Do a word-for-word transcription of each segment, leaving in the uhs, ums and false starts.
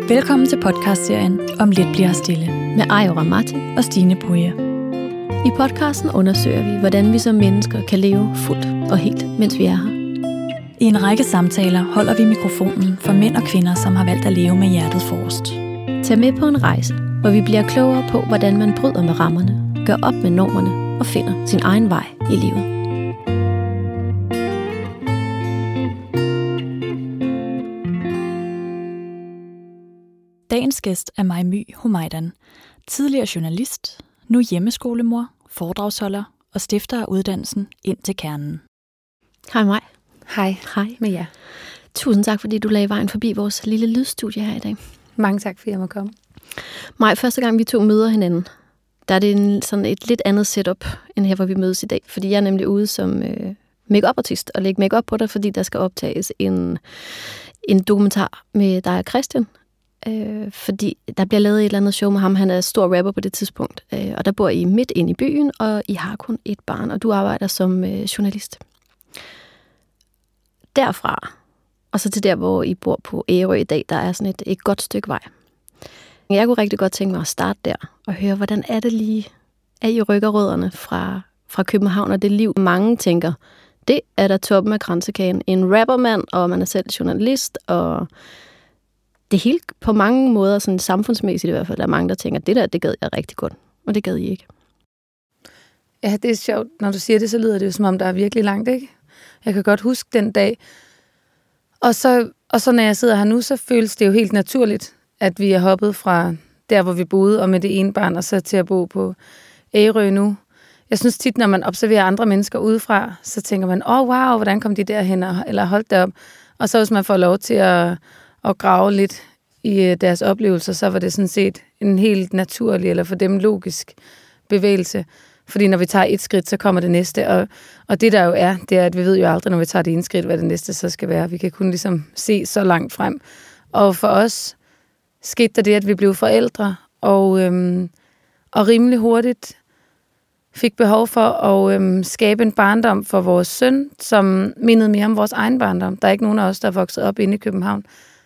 Velkommen til podcastserien Om lidt bliver stille med Ayora Mati og Stine Bryge. I podcasten undersøger vi, hvordan vi som mennesker kan leve fuldt og helt, mens vi er her. I en række samtaler holder vi mikrofonen for mænd og kvinder, som har valgt at leve med hjertet forrest. Tag med på en rejse, hvor vi bliver klogere på, hvordan man bryder med rammerne, gør op med normerne og finder sin egen vej i livet. Dagens gæst er Maj My Humaydan, tidligere journalist, nu hjemmeskolemor, foredragsholder og stifter af uddannelsen Ind til Kernen. Hej Maj. Hej. Hej med jer. Tusind tak, fordi du lagde vejen forbi vores lille lydstudie her i dag. Mange tak, fordi jeg må komme. Maj, første gang vi to møder hinanden, der er det en, sådan et lidt andet setup, end her, hvor vi mødes i dag. Fordi jeg er nemlig ude som øh, make-up-artist og lægger make-up på dig, fordi der skal optages en, en dokumentar med dig og Christian. Øh, fordi der bliver lavet et eller andet show med ham. Han er stor rapper på det tidspunkt. Øh, og der bor I midt inde i byen, og I har kun et barn, og du arbejder som øh, journalist. Derfra, og så til der, hvor I bor på Ærø i dag, der er sådan et, et godt stykke vej. Jeg kunne rigtig godt tænke mig at starte der, og høre, hvordan er det lige, at I rykker rødderne fra, fra København, og det liv, mange tænker, det er der toppen af kransekagen. En rappermand, og man er selv journalist, og det hele på mange måder, sådan samfundsmæssigt i hvert fald, der er mange, der tænker, det der, det gad jeg rigtig godt, og det gad I ikke. Ja, det er sjovt. Når du siger det, så lyder det jo, som om der er virkelig langt, ikke? Jeg kan godt huske den dag. Og så, og så når jeg sidder her nu, så føles det jo helt naturligt, at vi er hoppet fra der, hvor vi boede, og med det ene barn, og så til at bo på Ærø nu. Jeg synes tit, når man observerer andre mennesker udefra, så tænker man, åh, oh, wow, hvordan kom de derhen, eller holdt derop. Og så hvis man får lov til at, at grave lidt i deres oplevelser, så var det sådan set en helt naturlig, eller for dem logisk bevægelse. Fordi når vi tager et skridt, så kommer det næste. Og, og det der jo er, det er, at vi ved jo aldrig, når vi tager det ene skridt, hvad det næste så skal være. Vi kan kun ligesom se så langt frem. Og for os skete der det, at vi blev forældre, og, øhm, og rimelig hurtigt fik behov for at øhm, skabe en barndom for vores søn, som mindede mere om vores egen barndom. Der er ikke nogen af os, der er vokset op inde i København.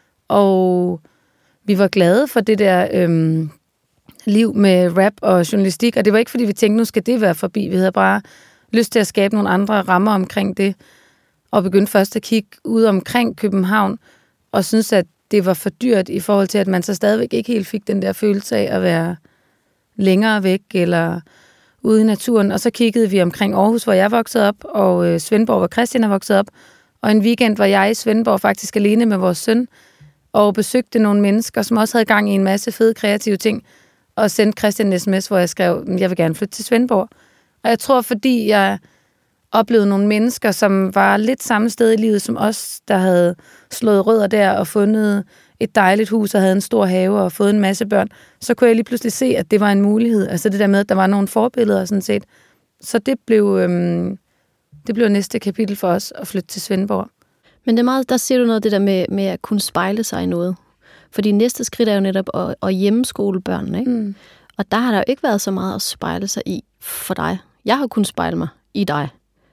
Og vi var glade for det der øhm, liv med rap og journalistik, og det var ikke, fordi vi tænkte, nu skal det være forbi. Vi havde bare lyst til at skabe nogle andre rammer omkring det, og begyndte først at kigge ud omkring København, og synes, at det var for dyrt i forhold til, at man så stadigvæk ikke helt fik den der følelse af at være længere væk, eller ude i naturen. Og så kiggede vi omkring Aarhus, hvor jeg voksede op, og øh, Svendborg, hvor Christian er vokset op, og en weekend var jeg i Svendborg faktisk alene med vores søn, og besøgte nogle mennesker, som også havde gang i en masse fede kreative ting, og sendte Christian en sms, hvor jeg skrev, jeg vil gerne flytte til Svendborg. Og jeg tror, fordi jeg oplevede nogle mennesker, som var lidt samme sted i livet som os, der havde slået rødder der og fundet et dejligt hus og havde en stor have og fået en masse børn, så kunne jeg lige pludselig se, at det var en mulighed. Altså det der med, at der var nogle forbilleder sådan set. Så det blev, øhm, det blev næste kapitel for os at flytte til Svendborg. Men det er meget, der siger du noget det der med, med at kunne spejle sig i noget. Fordi næste skridt er jo netop at, at hjemmeskole børnene, ikke? Mm. Og der har der jo ikke været så meget at spejle sig i for dig. Jeg har kunnet spejle mig i dig.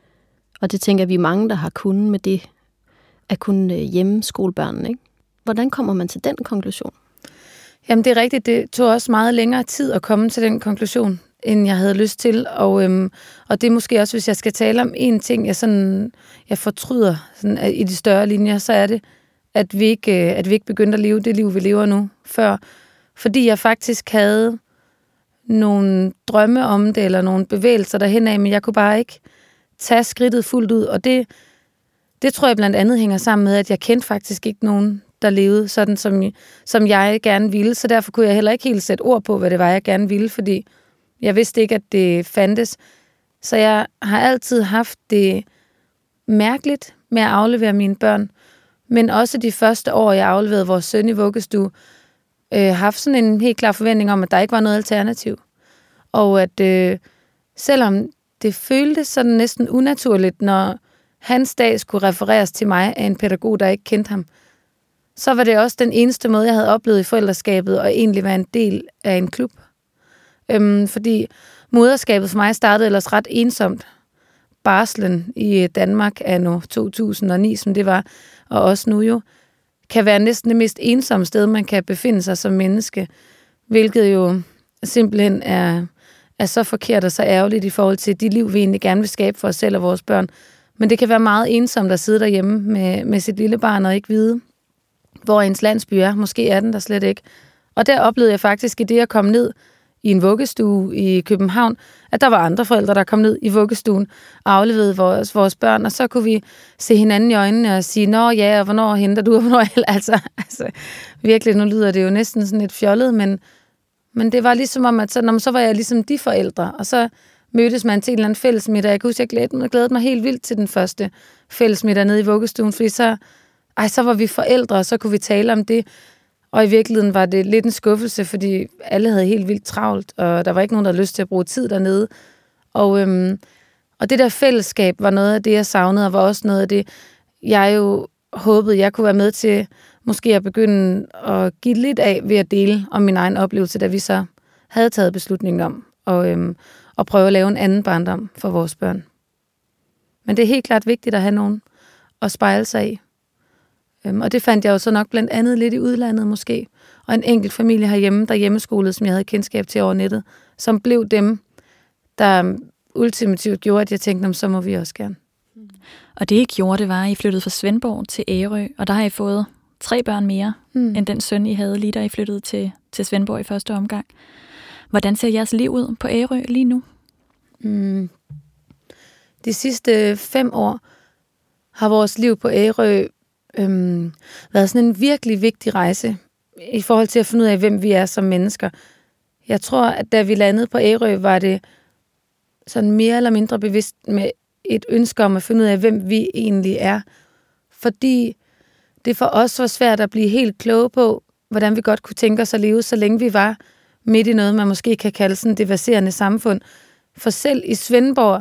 Og det tænker vi mange, der har kunnet med det, at kunne hjemmeskole børnene, ikke? Hvordan kommer man til den konklusion? Jamen det er rigtigt, det tog også meget længere tid at komme til den konklusion, end jeg havde lyst til. Og, øhm, og det er måske også, hvis jeg skal tale om en ting, jeg, sådan, jeg fortryder sådan, i de større linjer, så er det, at vi, ikke, at vi ikke begyndte at leve det liv, vi lever nu, før. Fordi jeg faktisk havde nogle drømme om det, eller nogle bevægelser derhen af, men jeg kunne bare ikke tage skridtet fuldt ud. Og det, det tror jeg blandt andet hænger sammen med, at jeg kendte faktisk ikke nogen, der levede sådan, som, som jeg gerne ville. Så derfor kunne jeg heller ikke helt sætte ord på, hvad det var, jeg gerne ville, fordi jeg vidste ikke, at det fandtes. Så jeg har altid haft det mærkeligt med at aflevere mine børn. Men også de første år, jeg afleverede vores søn i vuggestue, øh, haft sådan en helt klar forventning om, at der ikke var noget alternativ. Og at øh, selvom det føltes sådan næsten unaturligt, når hans dag skulle refereres til mig af en pædagog, der ikke kendte ham, så var det også den eneste måde, jeg havde oplevet i forældreskabet, og egentlig være en del af en klub. Øhm, fordi moderskabet for mig startede ellers ret ensomt. Barslen i Danmark anno to tusind og ni, som det var, og også nu jo, kan være næsten det mest ensomme sted, man kan befinde sig som menneske, hvilket jo simpelthen er, er så forkert og så ærgerligt i forhold til de liv, vi egentlig gerne vil skabe for os selv og vores børn. Men det kan være meget ensomt at sidde derhjemme med, med sit lille barn og ikke vide, hvor ens landsby er. Måske er den der slet ikke. Og der oplevede jeg faktisk i det at komme ned i en vuggestue i København, at der var andre forældre, der kom ned i vuggestuen og afleverede vores, vores børn, og så kunne vi se hinanden i øjnene og sige, nå ja, og hvornår henter du, og hvornår altså, altså virkelig, nu lyder det jo næsten sådan lidt fjollet, men, men det var ligesom om, at så, når, så var jeg ligesom de forældre, og så mødtes man til en eller anden fællesmiddag. Jeg kunne huske, jeg glædede mig, glædede mig helt vildt til den første fællesmiddag nede i vuggestuen, fordi så, ej, så var vi forældre, og så kunne vi tale om det. Og i virkeligheden var det lidt en skuffelse, fordi alle havde helt vildt travlt, og der var ikke nogen, der havde lyst til at bruge tid dernede. Og, øhm, og det der fællesskab var noget af det, jeg savnede, og var også noget af det, jeg jo håbede, jeg kunne være med til måske at begynde at give lidt af ved at dele om min egen oplevelse, da vi så havde taget beslutningen om og, øhm, at prøve at lave en anden barndom for vores børn. Men det er helt klart vigtigt at have nogen at spejle sig i. Øhm, og det fandt jeg jo så nok blandt andet lidt i udlandet måske. Og en enkelt familie herhjemme, der hjemmeskolede, som jeg havde kendskab til over nettet, som blev dem, der ultimativt gjorde, at jeg tænkte, så må vi også gerne. Og det I gjorde, det var, at I flyttede fra Svendborg til Ærø, og der har I fået tre børn mere, mm. end den søn, I havde lige da I flyttede til, til Svendborg i første omgang. Hvordan ser jeres liv ud på Ærø lige nu? Mm. De sidste fem år har vores liv på Ærø øhm, været sådan en virkelig vigtig rejse i forhold til at finde ud af, hvem vi er som mennesker. Jeg tror, at da vi landede på Ærø, var det sådan mere eller mindre bevidst med et ønske om at finde ud af, hvem vi egentlig er. Fordi det for os var svært at blive helt kloge på, hvordan vi godt kunne tænke os at leve, så længe vi var midt i noget, man måske kan kalde sådan det verserende samfund. For selv i Svendborg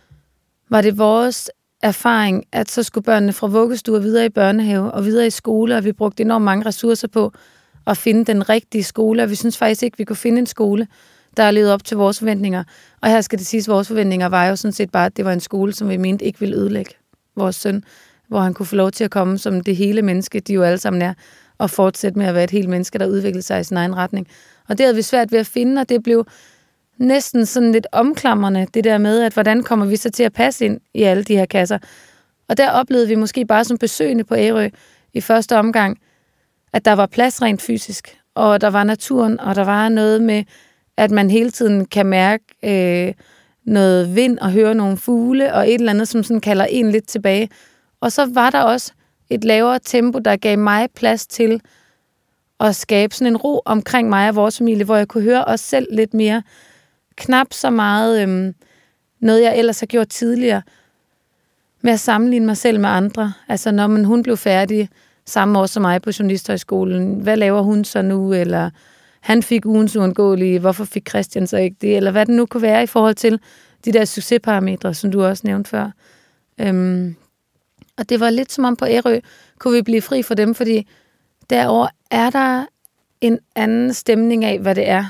var det vores erfaring, at så skulle børnene fra vuggestue videre i børnehave og videre i skole, og vi brugte enormt mange ressourcer på at finde den rigtige skole, og vi synes faktisk ikke, vi kunne finde en skole, der levede op til vores forventninger. Og her skal det siges, at vores forventninger var jo sådan set bare, at det var en skole, som vi mente ikke ville ødelægge vores søn, hvor han kunne få lov til at komme som det hele menneske, de jo alle sammen er, og fortsætte med at være et helt menneske, der udviklede sig i sin egen retning. Og det havde vi svært ved at finde, og det blev næsten sådan lidt omklamrende, det der med, at hvordan kommer vi så til at passe ind i alle de her kasser. Og der oplevede vi måske bare som besøgende på Ærø i første omgang, at der var plads rent fysisk, og der var naturen, og der var noget med, at man hele tiden kan mærke øh, noget vind og høre nogle fugle, og et eller andet, som sådan kalder en lidt tilbage. Og så var der også et lavere tempo, der gav mig plads til at skabe sådan en ro omkring mig og vores familie, hvor jeg kunne høre os selv lidt mere. Knap så meget øhm, noget, jeg ellers har gjort tidligere, med at sammenligne mig selv med andre. Altså, når man, hun blev færdig samme år som mig på Journalisthøjskolen, hvad laver hun så nu? Eller han fik ugens uundgåelige, hvorfor fik Christian så ikke det? Eller hvad det nu kunne være i forhold til de der succesparametre, som du også nævnte før. Øhm, og det var lidt som om på Ærø, kunne vi blive fri for dem, fordi derovre er der en anden stemning af, hvad det er,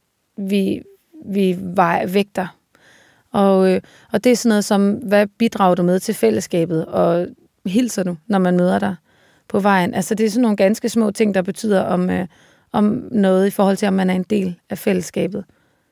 vi, vi vægter. Og, øh, og det er sådan noget som, hvad bidrager du med til fællesskabet, og hilser du, når man møder dig på vejen? Altså det er sådan nogle ganske små ting, der betyder om, øh, om noget i forhold til, om man er en del af fællesskabet.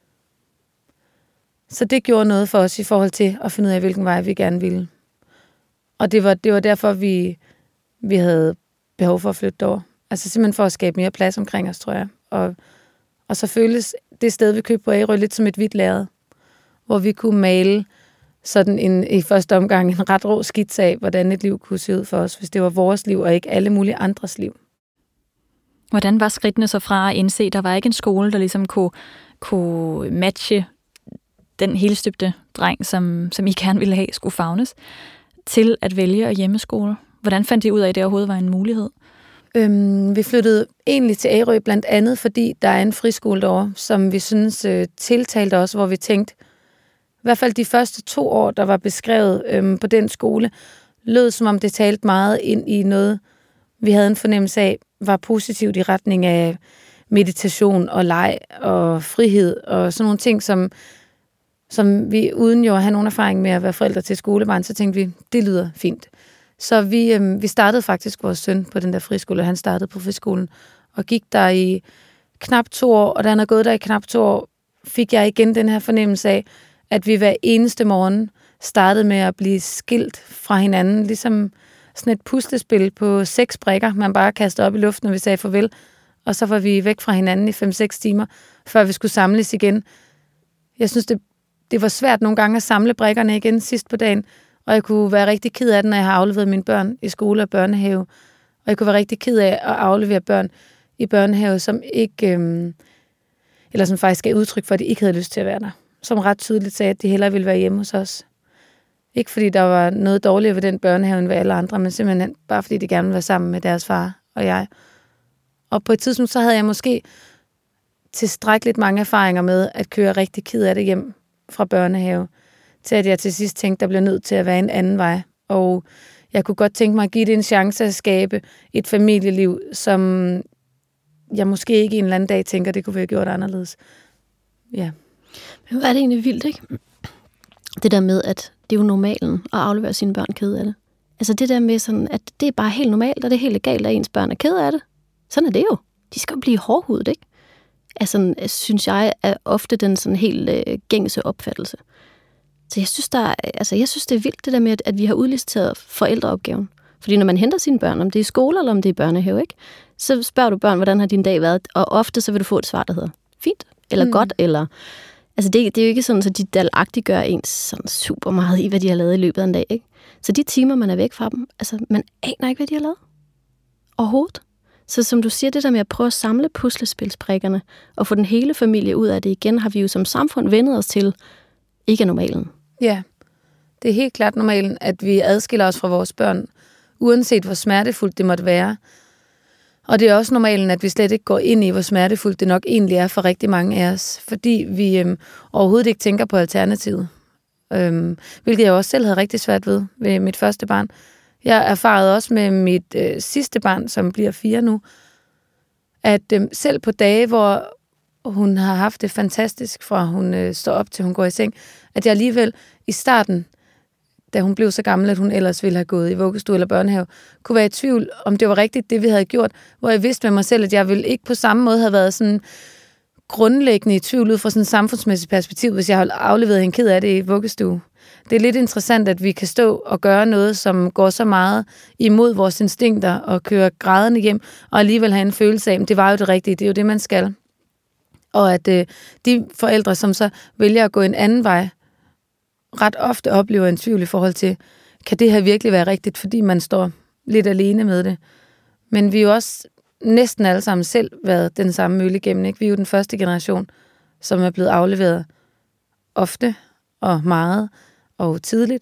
Så det gjorde noget for os i forhold til at finde ud af, hvilken vej vi gerne ville. Og det var, det var derfor, vi, vi havde behov for at flytte over. Altså simpelthen for at skabe mere plads omkring os, tror jeg. Og, og så føles det sted, vi købte på Ærø, lidt som et hvidt lærred, hvor vi kunne male sådan en, i første omgang en ret rå skitse af, hvordan et liv kunne se ud for os, hvis det var vores liv, og ikke alle mulige andres liv. Hvordan var skridtene så fra at indse, at der var ikke en skole, der ligesom kunne, kunne matche den helstøbte dreng, som, som I gerne ville have skulle favnes, til at vælge at hjemmeskole? Hvordan fandt I ud af, at det overhovedet var en mulighed? Øhm, vi flyttede egentlig til Ærø blandt andet, fordi der er en friskole derovre, som vi synes øh, tiltalte os, hvor vi tænkte, i hvert fald de første to år, der var beskrevet øhm, på den skole, lød som om det talte meget ind i noget, vi havde en fornemmelse af, var positivt i retning af meditation og leg og frihed og sådan nogle ting, som, som vi uden jo at have nogen erfaring med at være forældre til skolebarn, så tænkte vi, det lyder fint. Så vi, øh, vi startede faktisk vores søn på den der friskole, han startede på friskolen, og gik der i knap to år, og da han havde gået der i knap to år, fik jeg igen den her fornemmelse af, at vi hver eneste morgen startede med at blive skilt fra hinanden, ligesom sådan et puslespil på seks brikker, man bare kastede op i luften, når vi sagde farvel, og så var vi væk fra hinanden i fem seks timer, før vi skulle samles igen. Jeg synes, det, det var svært nogle gange at samle brikkerne igen sidst på dagen, og jeg kunne være rigtig ked af det, når jeg har afleveret mine børn i skole og børnehave, og jeg kunne være rigtig ked af at aflevere børn i børnehave, som ikke, øhm, eller som faktisk gav udtryk for, at de ikke havde lyst til at være der. Som ret tydeligt sagde, at de hellere ville være hjemme hos os. Ikke fordi der var noget dårligt ved den børnehave end ved alle andre, men simpelthen bare fordi de gerne ville være sammen med deres far og jeg. Og på et tidspunkt, så havde jeg måske tilstrækkeligt mange erfaringer med at køre rigtig ked af det hjem fra børnehave, til at jeg til sidst tænkte, der bliver nødt til at være en anden vej. Og jeg kunne godt tænke mig at give det en chance at skabe et familieliv, som jeg måske ikke en eller anden dag tænker, det kunne være gjort anderledes. Ja. Men hvad er det egentlig vildt, ikke? Det der med, at det er jo normalen at aflevere sine børn ked af det. Altså det der med sådan, at det er bare helt normalt, og det er helt legalt, at ens børn er ked af det. Sådan er det jo. De skal jo blive hårdhudet, ikke? Altså, synes jeg, er ofte den sådan helt øh, gængse opfattelse. Så jeg synes, der er, altså, jeg synes, det er vildt det der med, at, at vi har udliciteret forældreopgaven. Fordi når man henter sine børn, om det er i skole eller om det er i børnehave, ikke? Så spørger du børn, hvordan har din dag været? Og ofte så vil du få et svar, der hedder fint, eller mm. godt, eller... Altså det, det er jo ikke sådan, at de dalagtiggør ens sådan super meget i, hvad de har lavet i løbet af en dag, ikke? Så de timer, man er væk fra dem, altså man aner ikke, hvad de har lavet. Overhovedet. Så som du siger, det der med at prøve at samle puslespilsbrikkerne og få den hele familie ud af det igen, har vi jo som samfund vendet os til ikke er normalen. Ja, det er helt klart normalen, at vi adskiller os fra vores børn, uanset hvor smertefuldt det måtte være. Og det er også normalen, at vi slet ikke går ind i, hvor smertefuldt det nok egentlig er for rigtig mange af os, fordi vi øhm, overhovedet ikke tænker på alternativet. Øhm, hvilket jeg også selv havde rigtig svært ved ved mit første barn. Jeg erfarede også med mit øh, sidste barn, som bliver fire nu, at øh, selv på dage, hvor hun har haft det fantastisk, fra hun øh, står op til hun går i seng, at jeg alligevel i starten, da hun blev så gammel, at hun ellers ville have gået i vuggestue eller børnehave, kunne være i tvivl, om det var rigtigt, det vi havde gjort, hvor jeg vidste med mig selv, at jeg ville ikke på samme måde have været sådan grundlæggende i tvivl ud fra sådan et samfundsmæssigt perspektiv, hvis jeg havde afleveret hende ked af det i vuggestue. Det er lidt interessant, at vi kan stå og gøre noget, som går så meget imod vores instinkter og køre grædende hjem, og alligevel have en følelse af, at det var jo det rigtige, det er jo det, man skal. Og at øh, de forældre, som så vælger at gå en anden vej, ret ofte oplever en tvivl i forhold til, kan det her virkelig være rigtigt, fordi man står lidt alene med det. Men vi er jo også næsten alle sammen selv været den samme mølle igennem, ikke? Vi er jo den første generation, som er blevet afleveret ofte og meget og tidligt.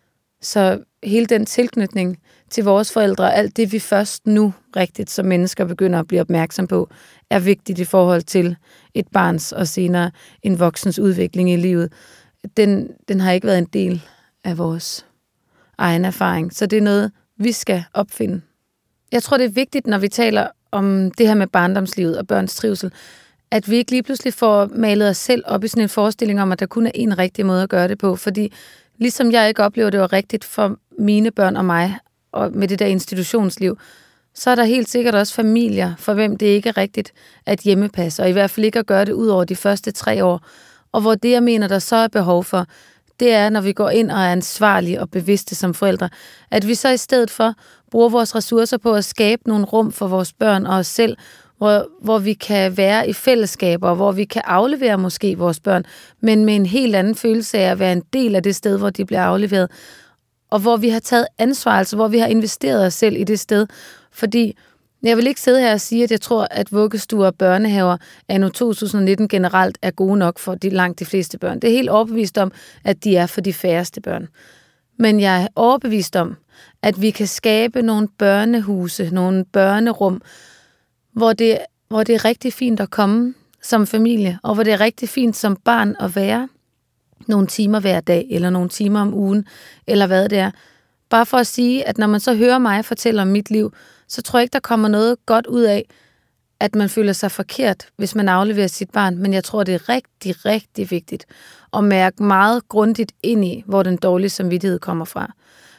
Så hele den tilknytning til vores forældre, alt det vi først nu rigtigt som mennesker begynder at blive opmærksom på, er vigtigt i forhold til et barns og senere en voksens udvikling i livet. Den, den har ikke været en del af vores egen erfaring. Så det er noget, vi skal opfinde. Jeg tror, det er vigtigt, når vi taler om det her med barndomslivet og børns trivsel, at vi ikke lige pludselig får malet os selv op i sådan en forestilling om, at der kun er en rigtig måde at gøre det på. Fordi ligesom jeg ikke oplever, det var rigtigt for mine børn og mig, og med det der institutionsliv, så er der helt sikkert også familier, for hvem det ikke er rigtigt at hjemmepasse, og i hvert fald ikke at gøre det ud over de første tre år. Og hvor det, jeg mener, der så er behov for, det er, når vi går ind og er ansvarlige og bevidste som forældre, at vi så i stedet for bruger vores ressourcer på at skabe nogle rum for vores børn og os selv, hvor, hvor vi kan være i fællesskaber, hvor vi kan aflevere måske vores børn, men med en helt anden følelse af at være en del af det sted, hvor de bliver afleveret, og hvor vi har taget ansvar, altså hvor vi har investeret os selv i det sted, fordi jeg vil ikke sidde her og sige, at jeg tror, at vuggestuer og børnehaver anno to tusind nitten generelt er gode nok for de langt de fleste børn. Det er helt overbevist om, at de er for de færreste børn. Men jeg er overbevist om, at vi kan skabe nogle børnehuse, nogle børnerum, hvor det, hvor det er rigtig fint at komme som familie, og hvor det er rigtig fint som barn at være nogle timer hver dag, eller nogle timer om ugen, eller hvad det er. Bare for at sige, at når man så hører mig fortælle om mit liv, så tror jeg ikke, der kommer noget godt ud af, at man føler sig forkert, hvis man afleverer sit barn. Men jeg tror, det er rigtig, rigtig vigtigt at mærke meget grundigt ind i, hvor den dårlige samvittighed kommer fra.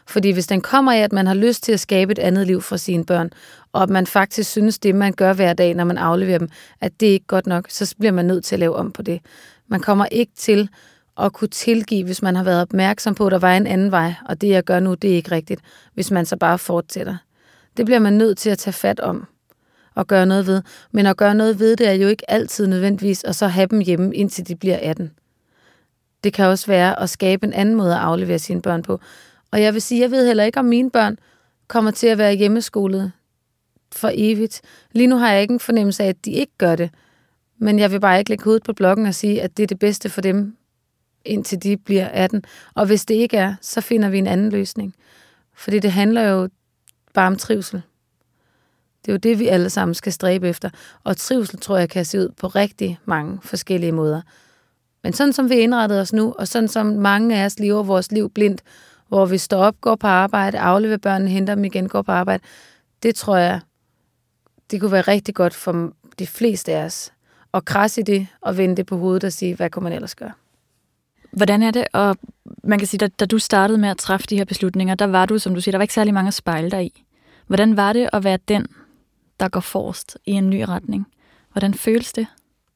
Fordi hvis den kommer af, at man har lyst til at skabe et andet liv for sine børn, og at man faktisk synes, det man gør hver dag, når man afleverer dem, at det ikke er godt nok, så bliver man nødt til at lave om på det. Man kommer ikke til at kunne tilgive, hvis man har været opmærksom på, at der var en anden vej, og det jeg gør nu, det er ikke rigtigt, hvis man så bare fortsætter. Det bliver man nødt til at tage fat om og gøre noget ved. Men at gøre noget ved, det er jo ikke altid nødvendigvis, og så have dem hjemme, indtil de bliver atten. Det kan også være at skabe en anden måde at aflevere sine børn på. Og jeg vil sige, jeg ved heller ikke, om mine børn kommer til at være hjemmeskolet for evigt. Lige nu har jeg ikke en fornemmelse af, at de ikke gør det. Men jeg vil bare ikke lægge hovedet på blokken og sige, at det er det bedste for dem, indtil de bliver atten. Og hvis det ikke er, så finder vi en anden løsning. Fordi det handler jo bare om trivsel. Det er jo det, vi alle sammen skal stræbe efter. Og trivsel, tror jeg, kan se ud på rigtig mange forskellige måder. Men sådan som vi indretter os nu, og sådan som mange af os lever vores liv blindt, hvor vi står op, går på arbejde, afleverer børnene, henter dem igen, går på arbejde, det tror jeg, det kunne være rigtig godt for de fleste af os. Og krasse i det, og vende det på hovedet og sige, hvad kunne man ellers gøre? Hvordan er det, og man kan sige, da, da du startede med at træffe de her beslutninger, der var du, som du siger, der var ikke særlig mange at spejle dig i. Hvordan var det at være den, der går forrest i en ny retning? Hvordan føles det?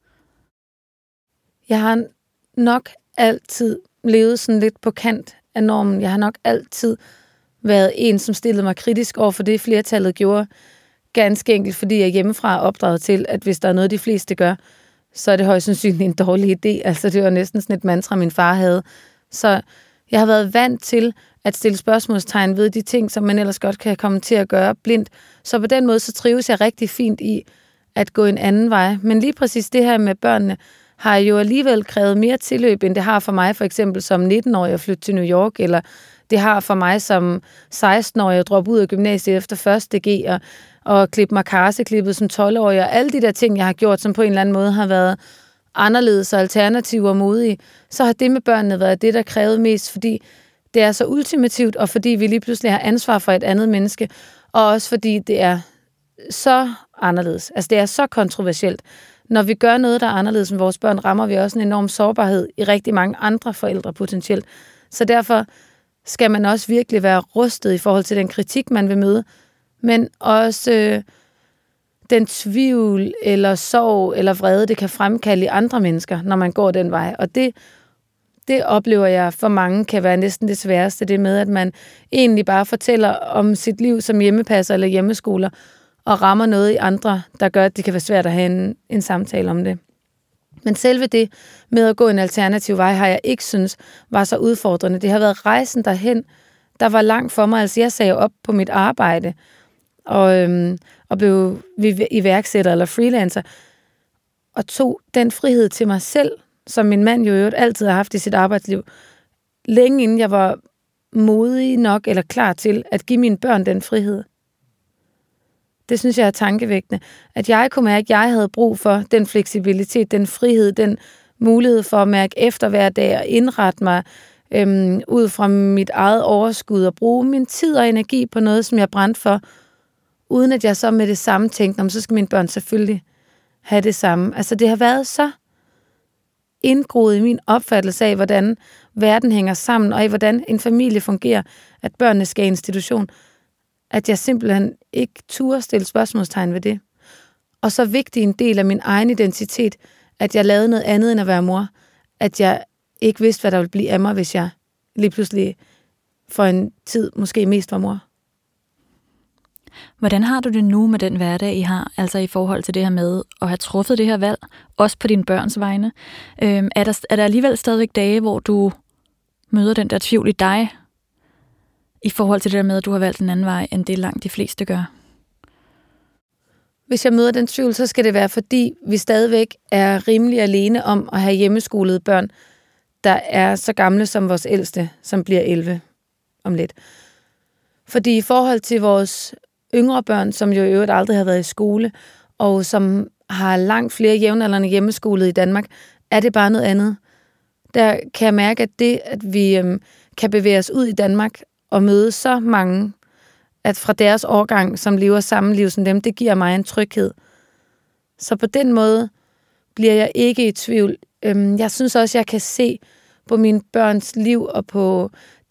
Jeg har nok altid levet sådan lidt på kant af normen. Jeg har nok altid været en, som stillede mig kritisk over for det, flertallet gjorde. Ganske enkelt, fordi jeg hjemmefra er opdraget til, at hvis der er noget, de fleste gør, så er det højst sandsynligt en dårlig idé. Altså, det var næsten sådan et mantra, min far havde. Så jeg har været vant til at stille spørgsmålstegn ved de ting, som man ellers godt kan komme til at gøre blindt. Så på den måde, så trives jeg rigtig fint i at gå en anden vej. Men lige præcis det her med børnene, har jo alligevel krævet mere tilløb, end det har for mig for eksempel som nitten-årig at flytte til New York, eller det har for mig som seksten-årig at droppe ud af gymnasiet efter første G, og, og klippe mig karseklippet som tolv-årig, og alle de der ting, jeg har gjort, som på en eller anden måde har været anderledes og alternative og modige, så har det med børnene været det, der krævede mest, fordi det er så ultimativt, og fordi vi lige pludselig har ansvar for et andet menneske, og også fordi det er så anderledes. Altså det er så kontroversielt. Når vi gør noget, der er anderledes med vores børn, rammer vi også en enorm sårbarhed i rigtig mange andre forældre potentielt. Så derfor skal man også virkelig være rustet i forhold til den kritik, man vil møde, men også øh, den tvivl eller sorg eller vrede, det kan fremkalde i andre mennesker, når man går den vej. Og det, det oplever jeg for mange kan være næsten det sværeste, det med, at man egentlig bare fortæller om sit liv som hjemmepasser eller hjemmeskoler, og rammer noget i andre, der gør, at det kan være svært at have en, en samtale om det. Men selve det med at gå en alternativ vej, har jeg ikke synes var så udfordrende. Det har været rejsen derhen, der var langt for mig. Altså jeg sagde op på mit arbejde, og, øhm, og blev iværksætter eller freelancer, og tog den frihed til mig selv, som min mand jo altid har haft i sit arbejdsliv, længe inden jeg var modig nok eller klar til at give mine børn den frihed. Det synes jeg er tankevækkende, at jeg kunne mærke, at jeg havde brug for den fleksibilitet, den frihed, den mulighed for at mærke efter hver dag og indrette mig øhm, ud fra mit eget overskud og bruge min tid og energi på noget, som jeg brændte for, uden at jeg så med det samme tænkte, så skal mine børn selvfølgelig have det samme. Altså det har været så indgroet i min opfattelse af, hvordan verden hænger sammen, og i hvordan en familie fungerer, at børnene skal i institution, at jeg simpelthen ikke turde stille spørgsmålstegn ved det. Og så vigtig en del af min egen identitet, at jeg lavede noget andet end at være mor. At jeg ikke vidste, hvad der ville blive af mig, hvis jeg lige pludselig for en tid måske mest var mor. Hvordan har du det nu med den hverdag, I har, altså i forhold til det her med at have truffet det her valg, også på dine børns vegne? Øhm, er, der, er der alligevel stadigvæk dage, hvor du møder den der tvivl i dig, i forhold til det der med, at du har valgt en anden vej, end det langt de fleste gør? Hvis jeg møder den tvivl, så skal det være, fordi vi stadigvæk er rimelig alene om at have hjemmeskolede børn, der er så gamle som vores ældste, som bliver elleve om lidt. Fordi i forhold til vores yngre børn, som jo i øvrigt aldrig har været i skole, og som har langt flere jævnaldrende hjemmeskolede i Danmark, er det bare noget andet. Der kan jeg mærke, at det, at vi øhm, kan bevæge os ud i Danmark og møde så mange, at fra deres årgang, som lever samme liv som dem, det giver mig en tryghed. Så på den måde bliver jeg ikke i tvivl. Jeg synes også, jeg kan se på mine børns liv og på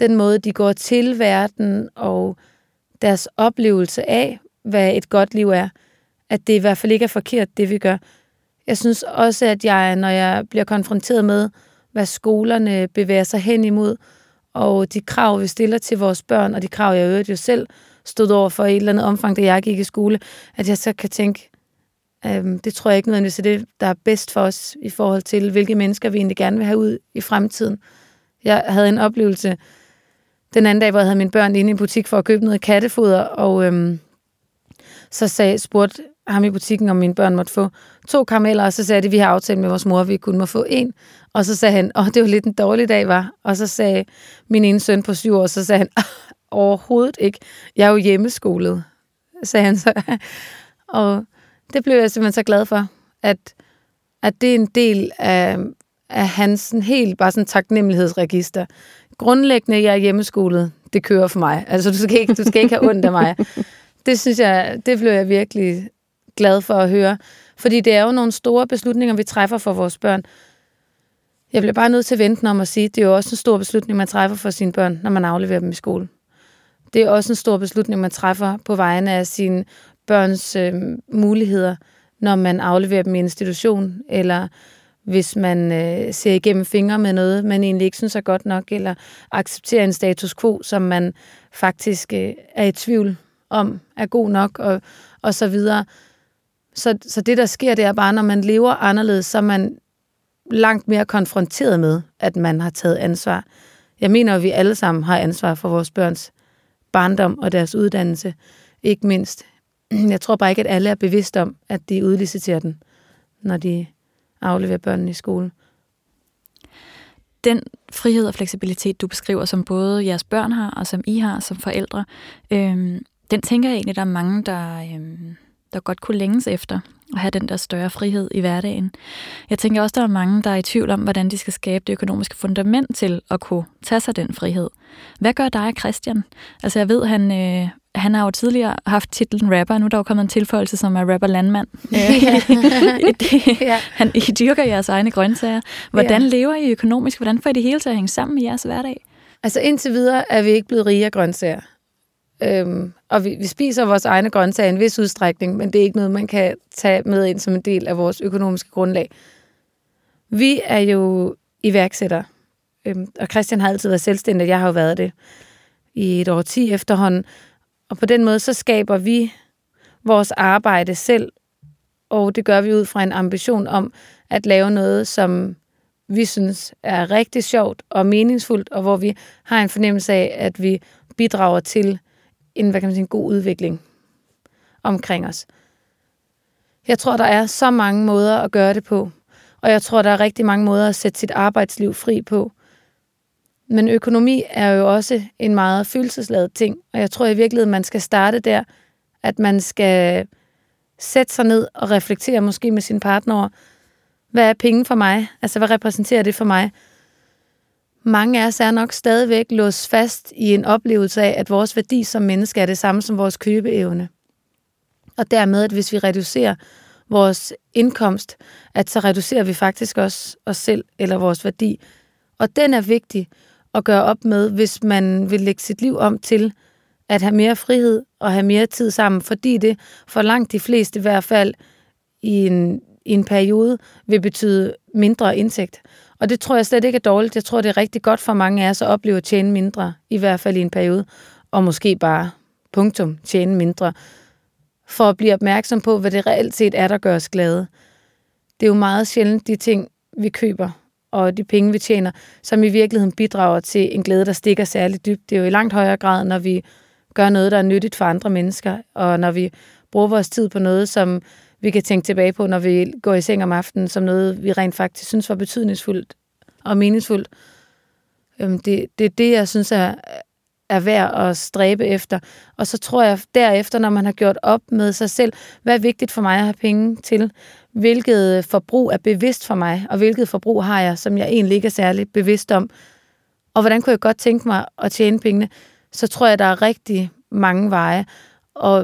den måde, de går til verden, og deres oplevelse af, hvad et godt liv er, at det i hvert fald ikke er forkert, det vi gør. Jeg synes også, at jeg, når jeg bliver konfronteret med, hvad skolerne bevæger sig hen imod, og de krav, vi stiller til vores børn, og de krav, jeg øvrigt jo selv stod over for i et eller andet omfang, da jeg gik i skole, at jeg så kan tænke, øhm, det tror jeg ikke nødvendigvis er det, der er bedst for os i forhold til, hvilke mennesker vi egentlig gerne vil have ud i fremtiden. Jeg havde en oplevelse den anden dag, hvor jeg havde mine børn inde i en butik for at købe noget kattefoder, og øhm, så sagde, spurgte ham i butikken, om mine børn måtte få to karameller, og så sagde de, at vi har aftalt med vores mor, at vi kun må få en. Og så sagde han, åh, det var lidt en dårlig dag, var. Og så sagde min ene søn på syv år, så sagde han, overhovedet ikke. Jeg er jo hjemmeskolet, sagde han så. Og det blev jeg simpelthen så glad for, at, at det er en del af, af hans sådan helt bare sådan taknemmelighedsregister. Grundlæggende, jeg er hjemmeskolet, det kører for mig. Altså, du skal ikke, du skal ikke have ondt af mig. Det synes jeg, det blev jeg virkelig glad for at høre. Fordi det er jo nogle store beslutninger, vi træffer for vores børn. Jeg bliver bare nødt til at vente om at sige, at det er jo også en stor beslutning, man træffer for sine børn, når man afleverer dem i skole. Det er også en stor beslutning, man træffer på vegne af sine børns øh, muligheder, når man afleverer dem i institution, eller hvis man øh, ser igennem fingre med noget, man egentlig ikke synes er godt nok, eller accepterer en status quo, som man faktisk øh, er i tvivl om, er god nok, og, og så videre. Så, så det, der sker, det er bare, når man lever anderledes, så er man langt mere konfronteret med, at man har taget ansvar. Jeg mener, at vi alle sammen har ansvar for vores børns barndom og deres uddannelse, ikke mindst. Jeg tror bare ikke, at alle er bevidst om, at de udliciterer den, når de afleverer børnene i skole. Den frihed og fleksibilitet, du beskriver, som både jeres børn har, og som I har som forældre, øhm, den tænker jeg egentlig, der er mange, der, øhm, der godt kunne længes efter at have den der større frihed i hverdagen. Jeg tænker også, der er mange, der er i tvivl om, hvordan de skal skabe det økonomiske fundament til at kunne tage sig den frihed. Hvad gør dig, Christian? Altså jeg ved, han, øh, han har jo tidligere haft titlen rapper, nu er der jo kommet en tilføjelse, som er rapper-landmand. Ja. Han, I dyrker jeres egne grøntsager. Hvordan ja. lever I økonomisk? Hvordan får I det hele til at hænge sammen i jeres hverdag? Altså indtil videre er vi ikke blevet rige af grøntsager. Øhm, og vi, vi spiser vores egne grøntsager i en vis udstrækning, men det er ikke noget, man kan tage med ind som en del af vores økonomiske grundlag. Vi er jo iværksættere, øhm, og Christian har altid været selvstændig, jeg har jo været det i et årti efterhånden, og på den måde så skaber vi vores arbejde selv, og det gør vi ud fra en ambition om at lave noget, som vi synes er rigtig sjovt og meningsfuldt, og hvor vi har en fornemmelse af, at vi bidrager til en, hvad kan man sige, en god udvikling omkring os. Jeg tror, der er så mange måder at gøre det på, og jeg tror, der er rigtig mange måder at sætte sit arbejdsliv fri på. Men økonomi er jo også en meget følelsesladet ting, og jeg tror i virkeligheden, man skal starte der, at man skal sætte sig ned og reflektere måske med sin partner over, hvad er penge for mig? Altså, hvad repræsenterer det for mig? Mange af os er nok stadigvæk låst fast i en oplevelse af, at vores værdi som menneske er det samme som vores købeevne. Og dermed, at hvis vi reducerer vores indkomst, at så reducerer vi faktisk også os selv eller vores værdi. Og den er vigtig at gøre op med, hvis man vil lægge sit liv om til at have mere frihed og have mere tid sammen, fordi det for langt de fleste i hvert fald i en, i en periode vil betyde mindre indtægt. Og det tror jeg slet ikke er dårligt. Jeg tror, det er rigtig godt for mange af os at opleve at tjene mindre, i hvert fald i en periode, og måske bare punktum tjene mindre, for at blive opmærksom på, hvad det reelt set er, der gør os glade. Det er jo meget sjældent de ting, vi køber, og de penge, vi tjener, som i virkeligheden bidrager til en glæde, der stikker særligt dybt. Det er jo i langt højere grad, når vi gør noget, der er nyttigt for andre mennesker, og når vi bruger vores tid på noget, som vi kan tænke tilbage på, når vi går i seng om aftenen, som noget, vi rent faktisk synes var betydningsfuldt og meningsfuldt. Det, det er det, jeg synes er, er værd at stræbe efter. Og så tror jeg derefter, når man har gjort op med sig selv, hvad er vigtigt for mig at have penge til? Hvilket forbrug er bevidst for mig, og hvilket forbrug har jeg, som jeg egentlig ikke er særlig bevidst om? Og hvordan kunne jeg godt tænke mig at tjene pengene? Så tror jeg, der er rigtig mange veje. Og,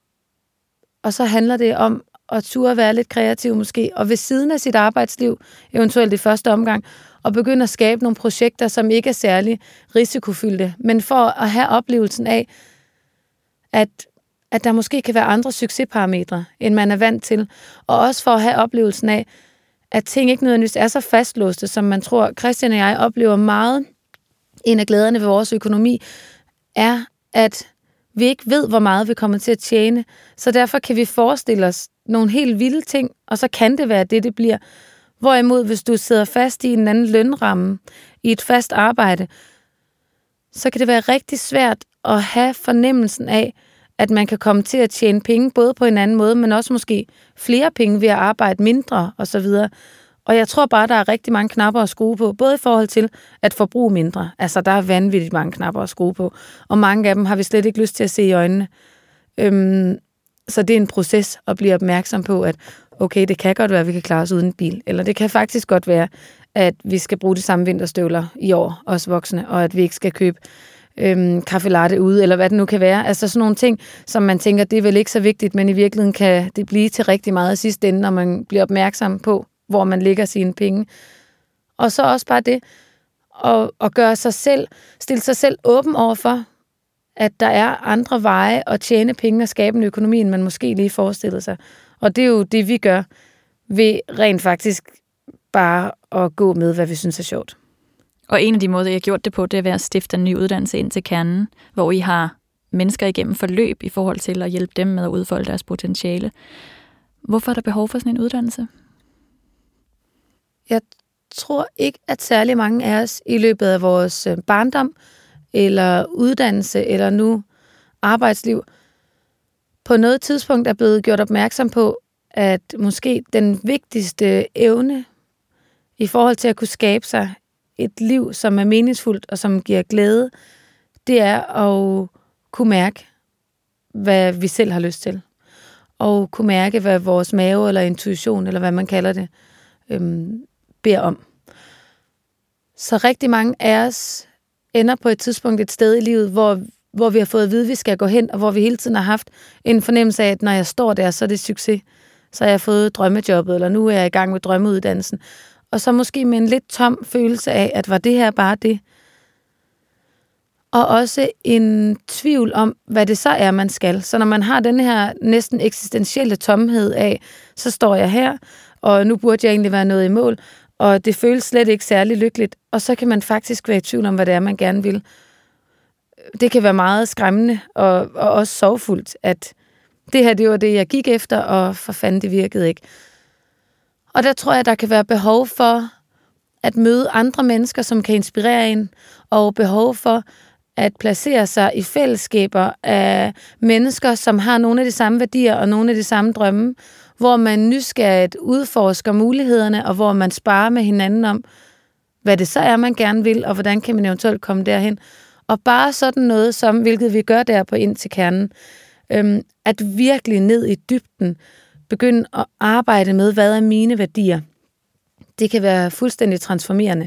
og så handler det om at turde være lidt kreativ måske, og ved siden af sit arbejdsliv, eventuelt i første omgang, og begynde at skabe nogle projekter, som ikke er særlig risikofyldte, men for at have oplevelsen af, at, at der måske kan være andre succesparametre, end man er vant til, og også for at have oplevelsen af, at ting ikke nødvendigvis er så fastlåste, som man tror. Christian og jeg oplever meget. En af glæderne ved vores økonomi er, at vi ikke ved, hvor meget vi kommer til at tjene, så derfor kan vi forestille os nogle helt vilde ting, og så kan det være det, det bliver. Hvorimod, hvis du sidder fast i en anden lønramme, i et fast arbejde, så kan det være rigtig svært at have fornemmelsen af, at man kan komme til at tjene penge, både på en anden måde, men også måske flere penge ved at arbejde mindre osv. Og jeg tror bare, der er rigtig mange knapper at skrue på, både i forhold til at forbruge mindre. Altså, der er vanvittigt mange knapper at skrue på, og mange af dem har vi slet ikke lyst til at se i øjnene. Øhm, så det er en proces at blive opmærksom på, at okay, det kan godt være, at vi kan klare os uden bil, eller det kan faktisk godt være, at vi skal bruge de samme vinterstøvler i år, os voksne, og at vi ikke skal købe øhm, kaffe latte ude, eller hvad det nu kan være. Altså sådan nogle ting, som man tænker, det er vel ikke så vigtigt, men i virkeligheden kan det blive til rigtig meget i sidste ende, når man bliver opmærksom på, hvor man lægger sine penge. Og så også bare det, at, at gøre sig selv, stille sig selv åben over for, at der er andre veje at tjene penge og skabe en økonomi, end man måske lige forestillede sig. Og det er jo det, vi gør ved rent faktisk bare at gå med, hvad vi synes er sjovt. Og en af de måder, jeg har gjort det på, det er ved at stifte en ny uddannelse ind til kernen, hvor I har mennesker igennem forløb i forhold til at hjælpe dem med at udfolde deres potentiale. Hvorfor er der behov for sådan en uddannelse? Jeg tror ikke, at særlig mange af os i løbet af vores barndom, eller uddannelse, eller nu arbejdsliv, på noget tidspunkt er blevet gjort opmærksom på, at måske den vigtigste evne i forhold til at kunne skabe sig et liv, som er meningsfuldt og som giver glæde, det er at kunne mærke, hvad vi selv har lyst til. Og kunne mærke, hvad vores mave eller intuition, eller hvad man kalder det, øhm, beder om. Så rigtig mange af os ender på et tidspunkt et sted i livet, hvor, hvor vi har fået at vide, at vi skal gå hen, og hvor vi hele tiden har haft en fornemmelse af, at når jeg står der, så er det succes. Så har jeg fået drømmejobbet, eller nu er jeg i gang med drømmeuddannelsen. Og så måske med en lidt tom følelse af, at var det her bare det? Og også en tvivl om, hvad det så er, man skal. Så når man har den her næsten eksistentielle tomhed af, så står jeg her, og nu burde jeg egentlig være nået i mål, og det føles slet ikke særlig lykkeligt, og så kan man faktisk være i tvivl om, hvad det er, man gerne vil. Det kan være meget skræmmende og, og også sorgfuldt, at det her, det var det, jeg gik efter, og for fanden, det virkede ikke. Og der tror jeg, der kan være behov for at møde andre mennesker, som kan inspirere en, og behov for at placere sig i fællesskaber af mennesker, som har nogle af de samme værdier og nogle af de samme drømme, hvor man nysgerrigt udforsker mulighederne, og hvor man sparer med hinanden om, hvad det så er, man gerne vil, og hvordan kan man eventuelt komme derhen. Og bare sådan noget som, hvilket vi gør der på Ind til Kernen, øhm, at virkelig ned i dybden begynde at arbejde med, hvad er mine værdier. Det kan være fuldstændig transformerende.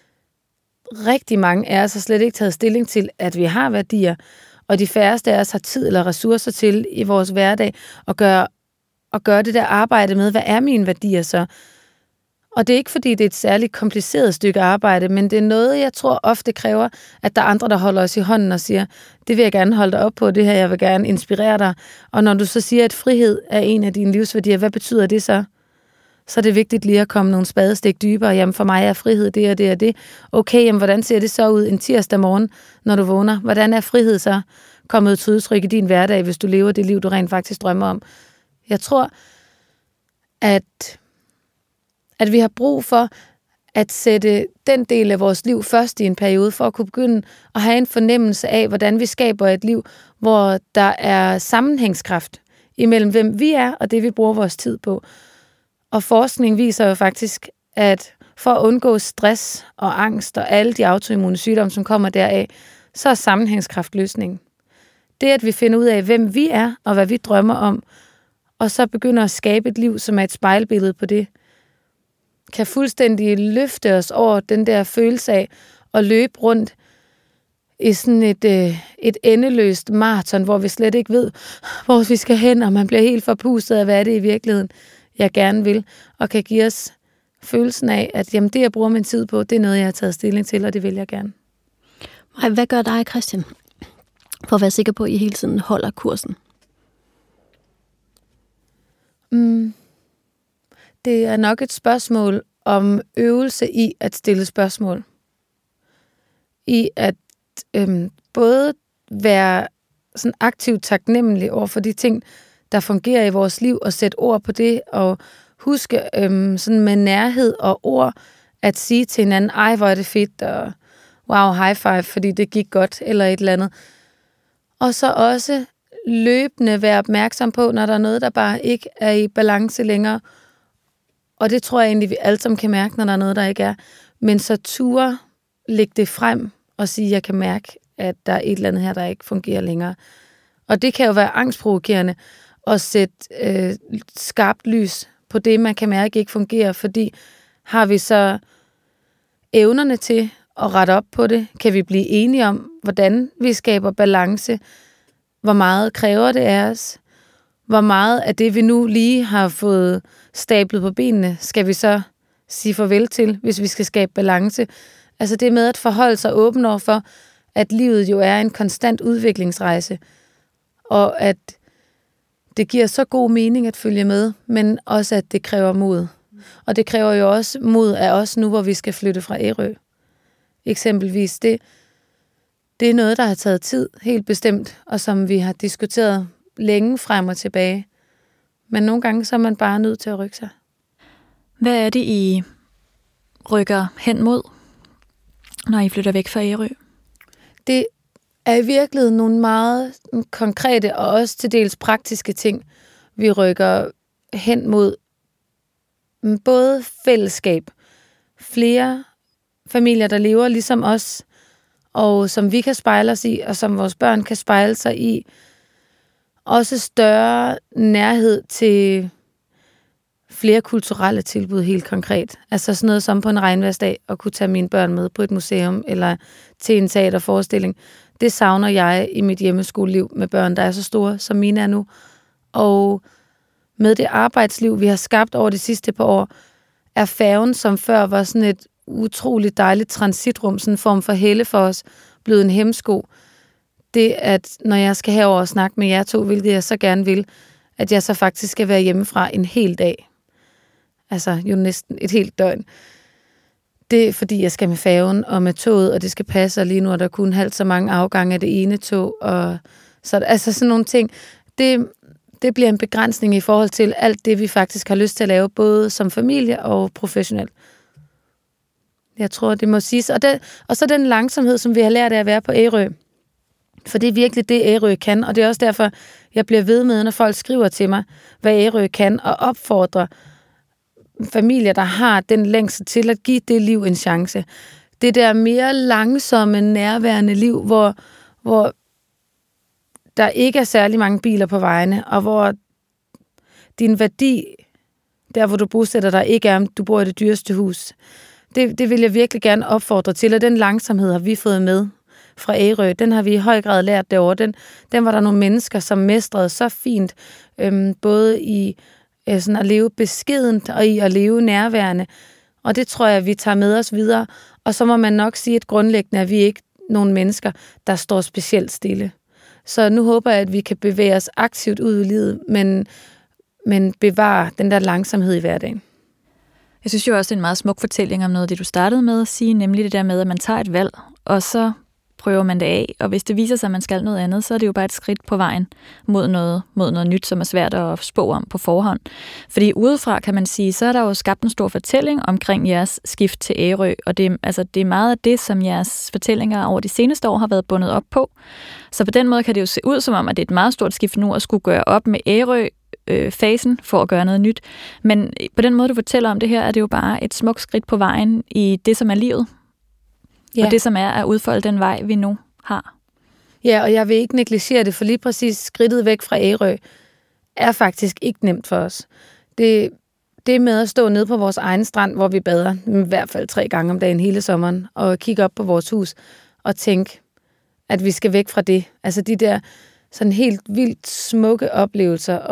Rigtig mange af os har slet ikke taget stilling til, at vi har værdier, og de færreste af os har tid eller ressourcer til i vores hverdag at gøre, at gøre det der arbejde med, hvad er mine værdier så? Og det er ikke, fordi det er et særligt kompliceret stykke arbejde, men det er noget, jeg tror ofte kræver, at der er andre, der holder os i hånden og siger, det vil jeg gerne holde dig op på, det her, jeg vil gerne inspirere dig. Og når du så siger, at frihed er en af dine livsværdier, hvad betyder det så? Så er det vigtigt lige at komme nogle spadestik dybere. Jamen for mig er frihed det og det og det. Okay, jamen hvordan ser det så ud en tirsdag morgen, når du vågner? Hvordan er frihed så kommet til udtryk i din hverdag, hvis du lever det liv, du rent faktisk drømmer om? Jeg tror, at, at vi har brug for at sætte den del af vores liv først i en periode, for at kunne begynde at have en fornemmelse af, hvordan vi skaber et liv, hvor der er sammenhængskraft imellem, hvem vi er, og det vi bruger vores tid på. Og forskning viser jo faktisk, at for at undgå stress og angst og alle de autoimmune sygdomme, som kommer deraf, så er sammenhængskraft løsningen. Det, at vi finder ud af, hvem vi er og hvad vi drømmer om, og så begynder at skabe et liv, som er et spejlbillede på det, kan fuldstændig løfte os over den der følelse af at løbe rundt i sådan et, øh, et endeløst maraton, hvor vi slet ikke ved, hvor vi skal hen, og man bliver helt forpustet af, hvad er det i virkeligheden, jeg gerne vil, og kan give os følelsen af, at jamen, det, jeg bruger min tid på, det er noget, jeg har taget stilling til, og det vil jeg gerne. Hvad gør dig, Christian, for at være sikker på, at I hele tiden holder kursen? Mm. Det er nok et spørgsmål om øvelse i at stille spørgsmål. I at øhm, både være sådan aktivt taknemmelig over for de ting, der fungerer i vores liv, og sætte ord på det, og huske øhm, sådan med nærhed og ord, at sige til hinanden, ej, hvor er det fedt, og wow, high five, fordi det gik godt, eller et eller andet. Og så også løbende være opmærksom på, når der er noget, der bare ikke er i balance længere. Og det tror jeg egentlig, vi alle sammen kan mærke, når der er noget, der ikke er. Men så ture, lægge det frem og sige, at jeg kan mærke, at der er et eller andet her, der ikke fungerer længere. Og det kan jo være angstprovokerende at sætte øh, skarpt lys på det, man kan mærke ikke fungerer, fordi har vi så evnerne til at rette op på det? Kan vi blive enige om, hvordan vi skaber balance? Hvor meget kræver det af os? Hvor meget af det, vi nu lige har fået stablet på benene, skal vi så sige farvel til, hvis vi skal skabe balance? Altså det med at forholde sig åben over for, at livet jo er en konstant udviklingsrejse, og at det giver så god mening at følge med, men også at det kræver mod. Og det kræver jo også mod af os nu, hvor vi skal flytte fra Ærø. Eksempelvis det, det er noget, der har taget tid, helt bestemt, og som vi har diskuteret længe frem og tilbage. Men nogle gange så er man bare nødt til at rykke sig. Hvad er det, I rykker hen mod, når I flytter væk fra Ærø? Det er i virkeligheden nogle meget konkrete og også til dels praktiske ting, vi rykker hen mod. Både fællesskab, flere familier, der lever ligesom os, og som vi kan spejle os i, og som vores børn kan spejle sig i. Også større nærhed til flere kulturelle tilbud helt konkret. Altså sådan noget som på en regnværsdag at kunne tage mine børn med på et museum eller til en teaterforestilling. Det savner jeg i mit hjemmeskoleliv med børn, der er så store, som mine er nu. Og med det arbejdsliv, vi har skabt over de sidste par år, er færgen, som før var sådan et utroligt dejligt transitrum, sådan en form for helle for os, blevet en hemsko. Det, at når jeg skal herover og snakke med jer to, hvilket jeg så gerne vil, at jeg så faktisk skal være hjemmefra en hel dag. Altså jo næsten et helt døgn. Det er fordi, jeg skal med færgen og med toget, og det skal passe, og lige nu er der kun halvt så mange afgange af det ene tog. Og så, altså sådan nogle ting. Det, det bliver en begrænsning i forhold til alt det, vi faktisk har lyst til at lave, både som familie og professionelt. Jeg tror, det må siges. Og, det, og så den langsomhed, som vi har lært af at være på Ærø. For det er virkelig det, Ærø kan, og det er også derfor, jeg bliver ved med, når folk skriver til mig, hvad Ærø kan, og opfordrer familier, der har den længsel til at give det liv en chance. Det der mere langsomme, nærværende liv, hvor, hvor der ikke er særlig mange biler på vejene, og hvor din værdi, der hvor du bosætter dig, ikke er, om du bor i det dyreste hus. Det, det vil jeg virkelig gerne opfordre til, og den langsomhed har vi fået med fra Ærø. Den har vi i høj grad lært derovre. Den, den var der nogle mennesker, som mestrede så fint, øhm, både i øh, sådan at leve beskedent og i at leve nærværende. Og det tror jeg, vi tager med os videre. Og så må man nok sige, at grundlæggende er vi ikke nogle mennesker, der står specielt stille. Så nu håber jeg, at vi kan bevæge os aktivt ud i livet, men, men bevare den der langsomhed i hverdagen. Jeg synes jo også, det er en meget smuk fortælling om noget af det, du startede med at sige, nemlig det der med, at man tager et valg, og så prøver man det af, og hvis det viser sig, at man skal noget andet, så er det jo bare et skridt på vejen mod noget, mod noget nyt, som er svært at spå om på forhånd. Fordi udefra, kan man sige, så er der jo skabt en stor fortælling omkring jeres skift til Ærø, og det, altså, det er meget af det, som jeres fortællinger over de seneste år har været bundet op på. Så på den måde kan det jo se ud som om, at det er et meget stort skift nu at skulle gøre op med Ærø, øh, fasen for at gøre noget nyt. Men på den måde, du fortæller om det her, er det jo bare et smukt skridt på vejen i det, som er livet. Ja. Og det, som er at udfolde den vej, vi nu har. Ja, og jeg vil ikke negligere det, for lige præcis skridtet væk fra Ærø er faktisk ikke nemt for os. Det, det med at stå nede på vores egen strand, hvor vi bader, i hvert fald tre gange om dagen hele sommeren, og kigge op på vores hus og tænke, at vi skal væk fra det. Altså de der sådan helt vildt smukke oplevelser, og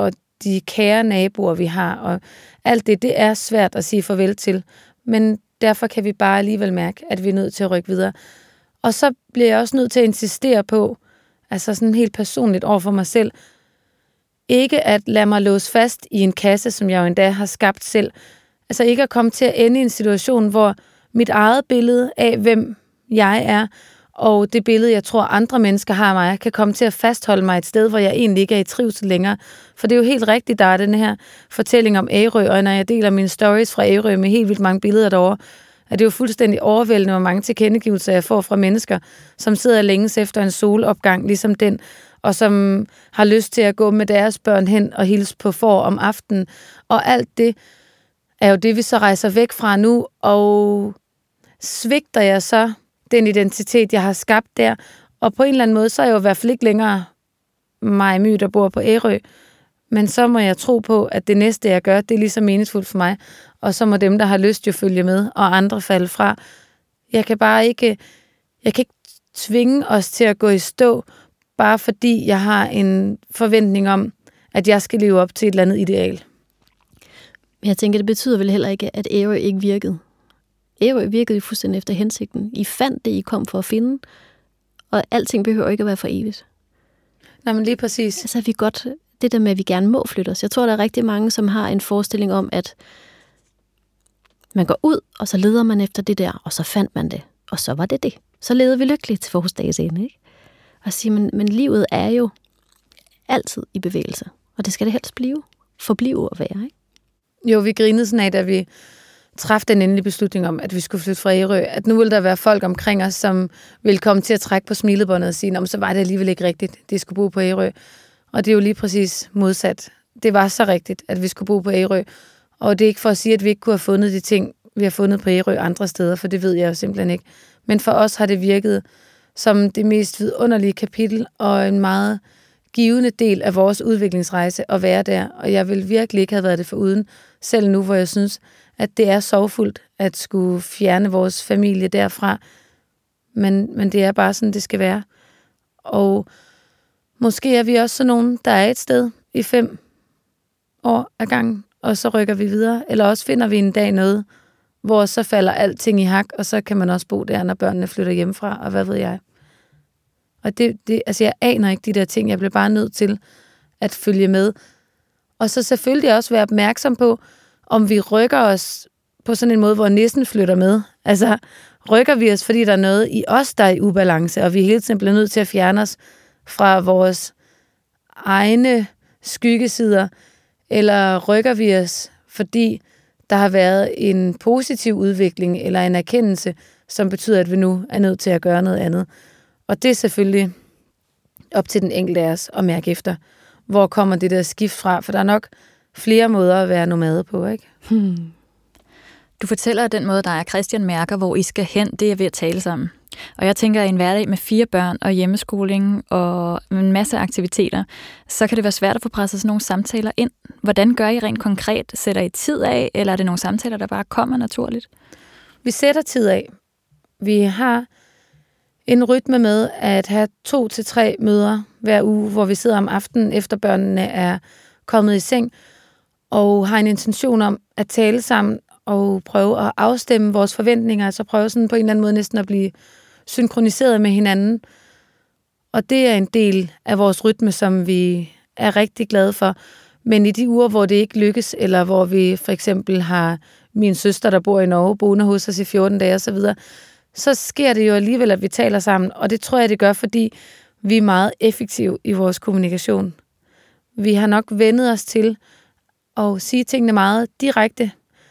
de kære naboer, vi har, og alt det, det er svært at sige farvel til. Men derfor kan vi bare alligevel mærke, at vi er nødt til at rykke videre. Og så bliver jeg også nødt til at insistere på, altså sådan helt personligt over for mig selv, ikke at lade mig låse fast i en kasse, som jeg jo endda har skabt selv. Altså ikke at komme til at ende i en situation, hvor mit eget billede af, hvem jeg er, og det billede, jeg tror, andre mennesker har af mig, kan komme til at fastholde mig et sted, hvor jeg egentlig ikke er i trivsel længere. For det er jo helt rigtigt, der er den her fortælling om Ærø, og når jeg deler mine stories fra Ærø med helt vildt mange billeder derovre, at det er jo fuldstændig overvældende, hvor mange tilkendegivelser jeg får fra mennesker, som sidder længes efter en solopgang, ligesom den, og som har lyst til at gå med deres børn hen og hilse på får om aftenen. Og alt det er jo det, vi så rejser væk fra nu, og svigter jeg så den identitet, jeg har skabt der, og på en eller anden måde, så er jeg jo i hvert fald ikke længere mig My, der bor på Ærø, men så må jeg tro på, at det næste, jeg gør, det er lige så meningsfuldt for mig, og så må dem, der har lyst, jo følge med, og andre falde fra. Jeg kan bare ikke, jeg kan ikke tvinge os til at gå i stå, bare fordi jeg har en forventning om, at jeg skal leve op til et eller andet ideal. Jeg tænker, det betyder vel heller ikke, at Ærø ikke virkede. Ærø virkede fuldstændig efter hensigten. I fandt det, I kom for at finde, og alting behøver ikke at være for evigt. Nej, men lige præcis. Altså, vi godt, det der med, at vi gerne må flytte os. Jeg tror, der er rigtig mange, som har en forestilling om, at man går ud, og så leder man efter det der, og så fandt man det. Og så var det det. Så levede vi lykkeligt til forårsdagens ende, ikke? Og sige, men, men livet er jo altid i bevægelse, og det skal det helst blive. Forblive og være, ikke? Jo, vi grinede sådan af, da vi træffede den endelige beslutning om, at vi skulle flytte fra Ærø, at nu ville der være folk omkring os, som ville komme til at trække på smilebåndet og sige, så var det alligevel ikke rigtigt, de skulle bo på Ærø. Og det er jo lige præcis modsat. Det var så rigtigt, at vi skulle bo på Ærø. Og det er ikke for at sige, at vi ikke kunne have fundet de ting, vi har fundet på Ærø andre steder, for det ved jeg jo simpelthen ikke. Men for os har det virket som det mest vidunderlige kapitel, og en meget givende del af vores udviklingsrejse at være der. Og jeg vil virkelig ikke have været det foruden, selv nu, hvor jeg synes, at det er sorgfuldt at skulle fjerne vores familie derfra. Men, men det er bare sådan, det skal være. Og måske er vi også sådan nogen, der er et sted i fem år ad gangen, og så rykker vi videre. Eller også finder vi en dag noget, hvor så falder alting i hak, og så kan man også bo der, når børnene flytter hjemmefra, og hvad ved jeg. Og det, det, altså jeg aner ikke de der ting, jeg bliver bare nødt til at følge med. Og så selvfølgelig også være opmærksom på, om vi rykker os på sådan en måde, hvor nissen flytter med. Altså, rykker vi os, fordi der er noget i os, der er i ubalance, og vi hele tiden bliver nødt til at fjerne os fra vores egne skyggesider, eller rykker vi os, fordi der har været en positiv udvikling, eller en erkendelse, som betyder, at vi nu er nødt til at gøre noget andet. Og det er selvfølgelig op til den enkelte af os at mærke efter, hvor kommer det der skift fra, for der er nok flere måder at være nomade på, ikke? Hmm. Du fortæller, at den måde, der er Christian mærker, hvor I skal hen, det er ved at tale sammen. Og jeg tænker, at i en hverdag med fire børn og hjemmeskoling og en masse aktiviteter, så kan det være svært at få presset sådan nogle samtaler ind. Hvordan gør I rent konkret? Sætter I tid af, eller er det nogle samtaler, der bare kommer naturligt? Vi sætter tid af. Vi har en rytme med at have to til tre møder hver uge, hvor vi sidder om aftenen, efter børnene er kommet i seng, og har en intention om at tale sammen og prøve at afstemme vores forventninger, altså prøve sådan på en eller anden måde næsten at blive synkroniseret med hinanden. Og det er en del af vores rytme, som vi er rigtig glade for. Men i de uger, hvor det ikke lykkes, eller hvor vi for eksempel har min søster, der bor i Norge, boende hos os i fjorten dage osv., så sker det jo alligevel, at vi taler sammen. Og det tror jeg, det gør, fordi vi er meget effektive i vores kommunikation. Vi har nok vendet os til at sige tingene meget direkte.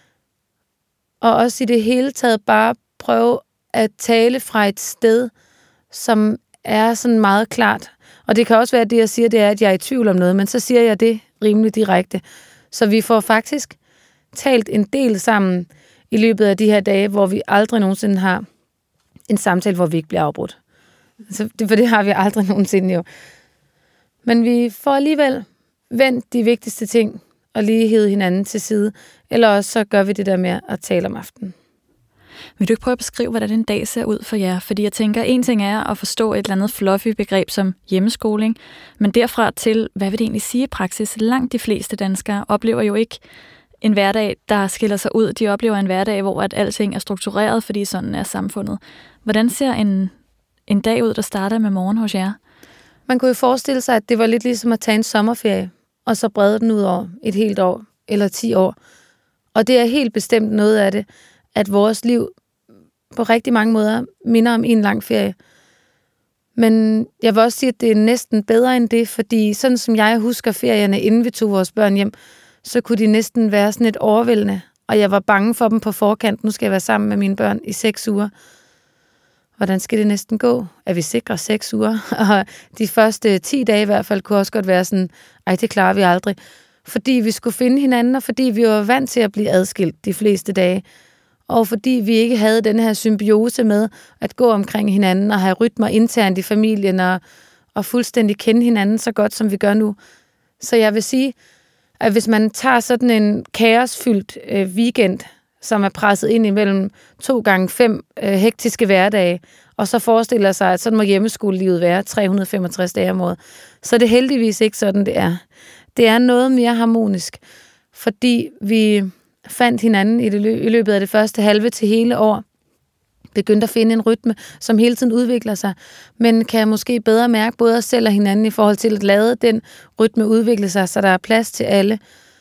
Og også i det hele taget bare prøve at tale fra et sted, som er sådan meget klart. Og det kan også være, at det, jeg siger, det er, at jeg er i tvivl om noget, men så siger jeg det rimelig direkte. Så vi får faktisk talt en del sammen i løbet af de her dage, hvor vi aldrig nogensinde har en samtale, hvor vi ikke bliver afbrudt. Så det, for det har vi aldrig nogensinde jo. Men vi får alligevel vendt de vigtigste ting, og lige hede hinanden til side. Eller også så gør vi det der med at tale om aftenen. Vil du ikke prøve at beskrive, hvordan en dag ser ud for jer? Fordi jeg tænker, en ting er at forstå et eller andet fluffy begreb som hjemmeskoling, men derfra til, hvad vil det egentlig sige i praksis? Langt de fleste danskere oplever jo ikke en hverdag, der skiller sig ud. De oplever en hverdag, hvor at alting er struktureret, fordi sådan er samfundet. Hvordan ser en, en dag ud, der starter med morgen hos jer? Man kunne jo forestille sig, at det var lidt ligesom at tage en sommerferie, og så brede den ud over et helt år eller ti år. Og det er helt bestemt noget af det, at vores liv på rigtig mange måder minder om en lang ferie. Men jeg vil også sige, at det er næsten bedre end det, fordi sådan som jeg husker ferierne, inden vi tog vores børn hjem, så kunne de næsten være sådan lidt overvældende, og jeg var bange for dem på forkant. Nu skal jeg være sammen med mine børn i seks uger. Hvordan skal det næsten gå? Er vi sikre seks uger? Og de første ti dage i hvert fald kunne også godt være sådan, ej, det klarer vi aldrig. Fordi vi skulle finde hinanden, og fordi vi var vant til at blive adskilt de fleste dage. Og fordi vi ikke havde den her symbiose med at gå omkring hinanden og have rytmer internt i familien og, og fuldstændig kende hinanden så godt, som vi gør nu. Så jeg vil sige, at hvis man tager sådan en kaosfyldt øh, weekend, som er presset ind imellem to gange fem øh, hektiske hverdage, og så forestiller sig, at sådan må hjemmeskolelivet være tre hundrede og femogtres dage om året, så er det heldigvis ikke sådan, det er. Det er noget mere harmonisk, fordi vi fandt hinanden i, det lø- i løbet af det første halve til hele år, begyndte at finde en rytme, som hele tiden udvikler sig, men kan måske bedre mærke både os selv og hinanden i forhold til at lade den rytme udvikle sig, så der er plads til alle.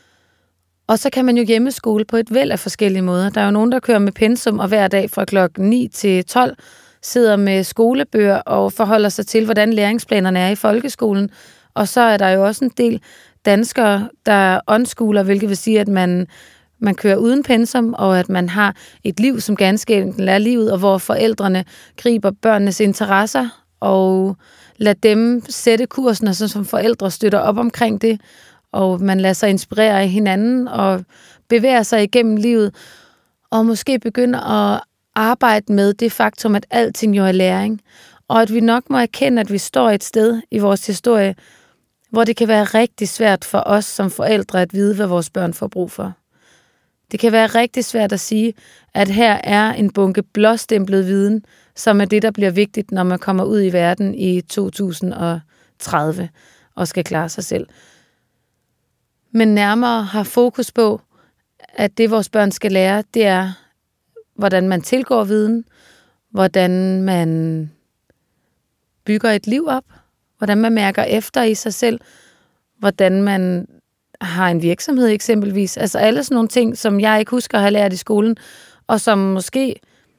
Og så kan man jo hjemmeskole på et væld af forskellige måder. Der er jo nogen, der kører med pensum, og hver dag fra klokken ni til tolv sidder med skolebøger og forholder sig til, hvordan læringsplanerne er i folkeskolen. Og så er der jo også en del danskere, der onskoler, hvilket vil sige, at man Man kører uden pensum, og at man har et liv, som ganske enkelt lærer livet, og hvor forældrene griber børnenes interesser og lader dem sætte kursen, og så som forældre støtter op omkring det, og man lader sig inspirere af hinanden og bevæger sig igennem livet, og måske begynder at arbejde med det faktum, at alting jo er læring, og at vi nok må erkende, at vi står et sted i vores historie, hvor det kan være rigtig svært for os som forældre at vide, hvad vores børn får brug for. Det kan være rigtig svært at sige, at her er en bunke blåstemplet viden, som er det, der bliver vigtigt, når man kommer ud i verden i to tusind og tredive og skal klare sig selv. Men nærmere har fokus på, at det, vores børn skal lære, det er, hvordan man tilgår viden, hvordan man bygger et liv op, hvordan man mærker efter i sig selv, hvordan man har en virksomhed eksempelvis. Altså alle sådan nogle ting, som jeg ikke husker at have lært i skolen, og som måske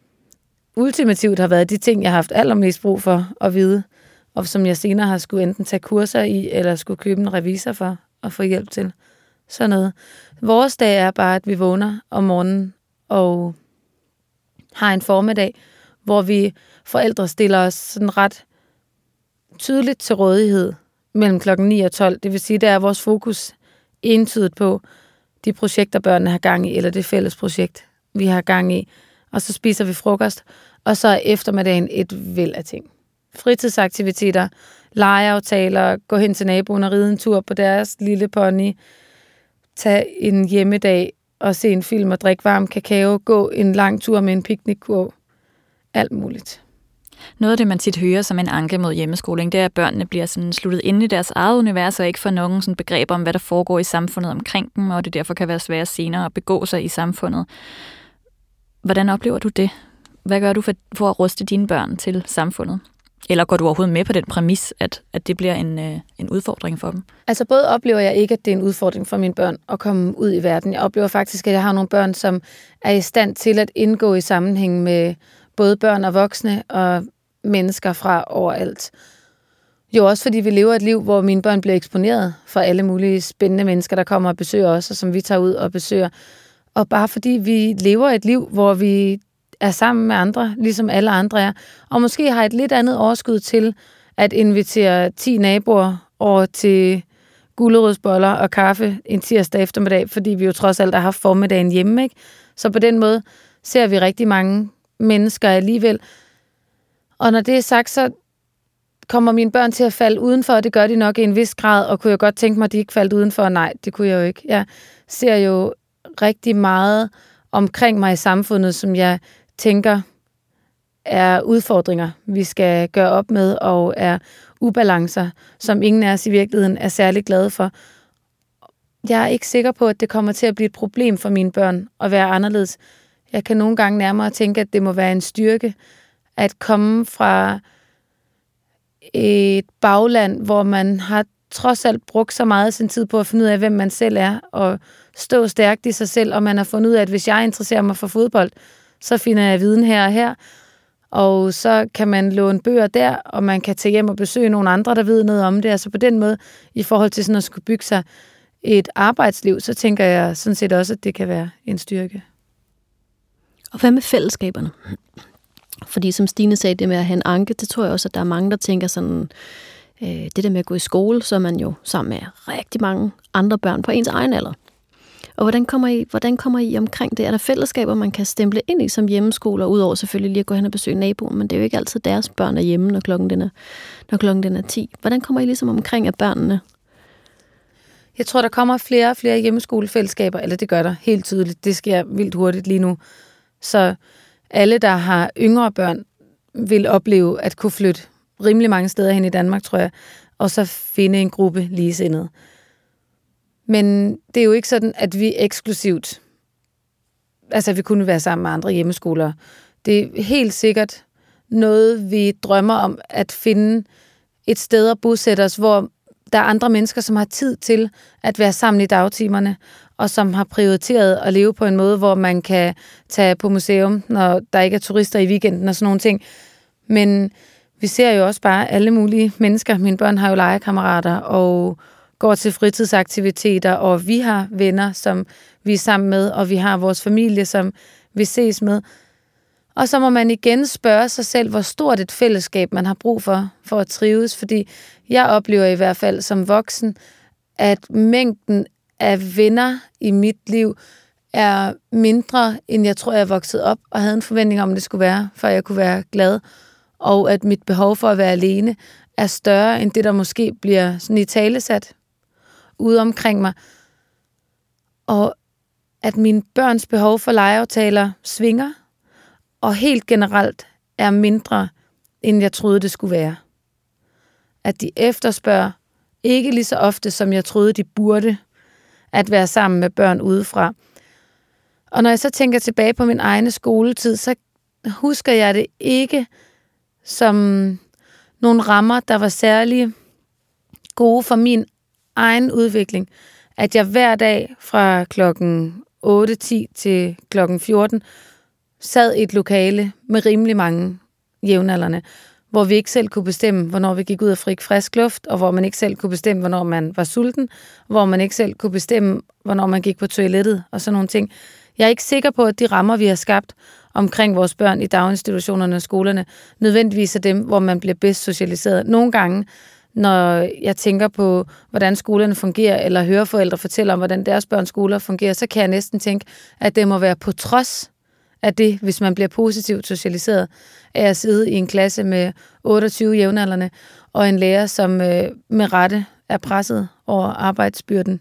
ultimativt har været de ting, jeg har haft allermest brug for at vide, og som jeg senere har skulle enten tage kurser i, eller skulle købe en revisor for at få hjælp til. Sådan noget. Vores dag er bare, at vi vågner om morgenen og har en formiddag, hvor vi forældre stiller os sådan ret tydeligt til rådighed mellem klokken ni og tolv. Det vil sige, det er vores fokus entydigt på de projekter, børnene har gang i, eller det fælles projekt, vi har gang i. Og så spiser vi frokost, og så er eftermiddagen et væld af ting. Fritidsaktiviteter, legeaftaler, gå hen til naboen og ride en tur på deres lille pony, tage en hjemmedag og se en film og drikke varm kakao, gå en lang tur med en piknikkurv. Alt muligt. Noget af det, man tit hører som en anke mod hjemmeskoling, det er, at børnene bliver sådan sluttet inde i deres eget univers, og ikke får nogen sådan begreber om, hvad der foregår i samfundet omkring dem, og det derfor kan være svært senere at begå sig i samfundet. Hvordan oplever du det? Hvad gør du for, for at ruste dine børn til samfundet? Eller går du overhovedet med på den præmis, at, at det bliver en, øh, en udfordring for dem? Altså både oplever jeg ikke, at det er en udfordring for mine børn at komme ud i verden. Jeg oplever faktisk, at jeg har nogle børn, som er i stand til at indgå i sammenhæng med både børn og voksne og mennesker fra overalt. Jo, også fordi vi lever et liv, hvor mine børn bliver eksponeret for alle mulige spændende mennesker, der kommer og besøger os, og som vi tager ud og besøger. Og bare fordi vi lever et liv, hvor vi er sammen med andre, ligesom alle andre er, og måske har et lidt andet overskud til at invitere ti naboer over til gulerødsboller og kaffe en tirsdag eftermiddag, fordi vi jo trods alt har haft formiddagen hjemme, ikke? Så på den måde ser vi rigtig mange mennesker alligevel. Og når det er sagt, så kommer mine børn til at falde udenfor, og det gør de nok i en vis grad, og kunne jeg godt tænke mig, at de ikke faldt udenfor. Nej, det kunne jeg jo ikke. Jeg ser jo rigtig meget omkring mig i samfundet, som jeg tænker er udfordringer, vi skal gøre op med, og er ubalancer, som ingen af os i virkeligheden er særlig glade for. Jeg er ikke sikker på, at det kommer til at blive et problem for mine børn at være anderledes. Jeg kan nogle gange nærmere tænke, at det må være en styrke at komme fra et bagland, hvor man har trods alt brugt så meget af sin tid på at finde ud af, hvem man selv er, og stå stærkt i sig selv, og man har fundet ud af, at hvis jeg interesserer mig for fodbold, så finder jeg viden her og her, og så kan man låne bøger der, og man kan tage hjem og besøge nogle andre, der ved noget om det. Altså på den måde, i forhold til sådan at skulle bygge sig et arbejdsliv, så tænker jeg sådan set også, at det kan være en styrke. Og hvad med fællesskaberne? Fordi som Stine sagde, det med at have en anke, det tror jeg også, at der er mange, der tænker sådan, øh, det der med at gå i skole, så er man jo sammen med rigtig mange andre børn på ens egen alder. Og hvordan kommer I, hvordan kommer I omkring det? Er der fællesskaber, man kan stemple ind i som hjemmeskoler, udover selvfølgelig lige at gå hen og besøge naboen, men det er jo ikke altid deres børn er hjemme, når klokken den er, når klokken den er ti. Hvordan kommer I ligesom omkring af børnene? Jeg tror, der kommer flere og flere hjemmeskolefællesskaber, eller det gør der helt tydeligt. Det sker vildt hurtigt lige nu. Så alle, der har yngre børn, vil opleve at kunne flytte rimelig mange steder hen i Danmark, tror jeg, og så finde en gruppe ligesindede. Men det er jo ikke sådan, at vi eksklusivt, altså vi kunne være sammen med andre hjemmeskoler. Det er helt sikkert noget, vi drømmer om at finde et sted at bosætte os, hvor der er andre mennesker, som har tid til at være sammen i dagtimerne, og som har prioriteret at leve på en måde, hvor man kan tage på museum, når der ikke er turister i weekenden og sådan nogle ting. Men vi ser jo også bare alle mulige mennesker. Mine børn har jo legekammerater og går til fritidsaktiviteter, og vi har venner, som vi er sammen med, og vi har vores familie, som vi ses med. Og så må man igen spørge sig selv, hvor stort et fællesskab man har brug for, for at trives, fordi jeg oplever i hvert fald som voksen, at mængden af venner i mit liv er mindre, end jeg tror, jeg er vokset op, og havde en forventning om, at det skulle være, for jeg kunne være glad, og at mit behov for at være alene er større, end det, der måske bliver sådan i talesat ude omkring mig. Og at mine børns behov for legeaftaler svinger, og helt generelt er mindre, end jeg troede, det skulle være. At de efterspørger ikke lige så ofte, som jeg troede, de burde, at være sammen med børn udefra. Og når jeg så tænker tilbage på min egen skoletid, så husker jeg det ikke som nogle rammer, der var særlig gode for min egen udvikling. At jeg hver dag fra klokken otte ti til klokken fjorten sad i et lokale med rimelig mange jævnaldrende, hvor vi ikke selv kunne bestemme, hvornår vi gik ud og fik frisk luft, og hvor man ikke selv kunne bestemme, hvornår man var sulten, hvor man ikke selv kunne bestemme, hvornår man gik på toilettet og sådan nogle ting. Jeg er ikke sikker på, at de rammer, vi har skabt omkring vores børn i daginstitutionerne og skolerne, nødvendigvis er dem, hvor man bliver bedst socialiseret. Nogle gange, når jeg tænker på, hvordan skolerne fungerer, eller hører forældre fortælle om, hvordan deres børns skoler fungerer, så kan jeg næsten tænke, at det må være på trods af det, hvis man bliver positivt socialiseret, af at sidde i en klasse med otteogtyve jævnaldrende, og en lærer, som øh, med rette er presset over arbejdsbyrden.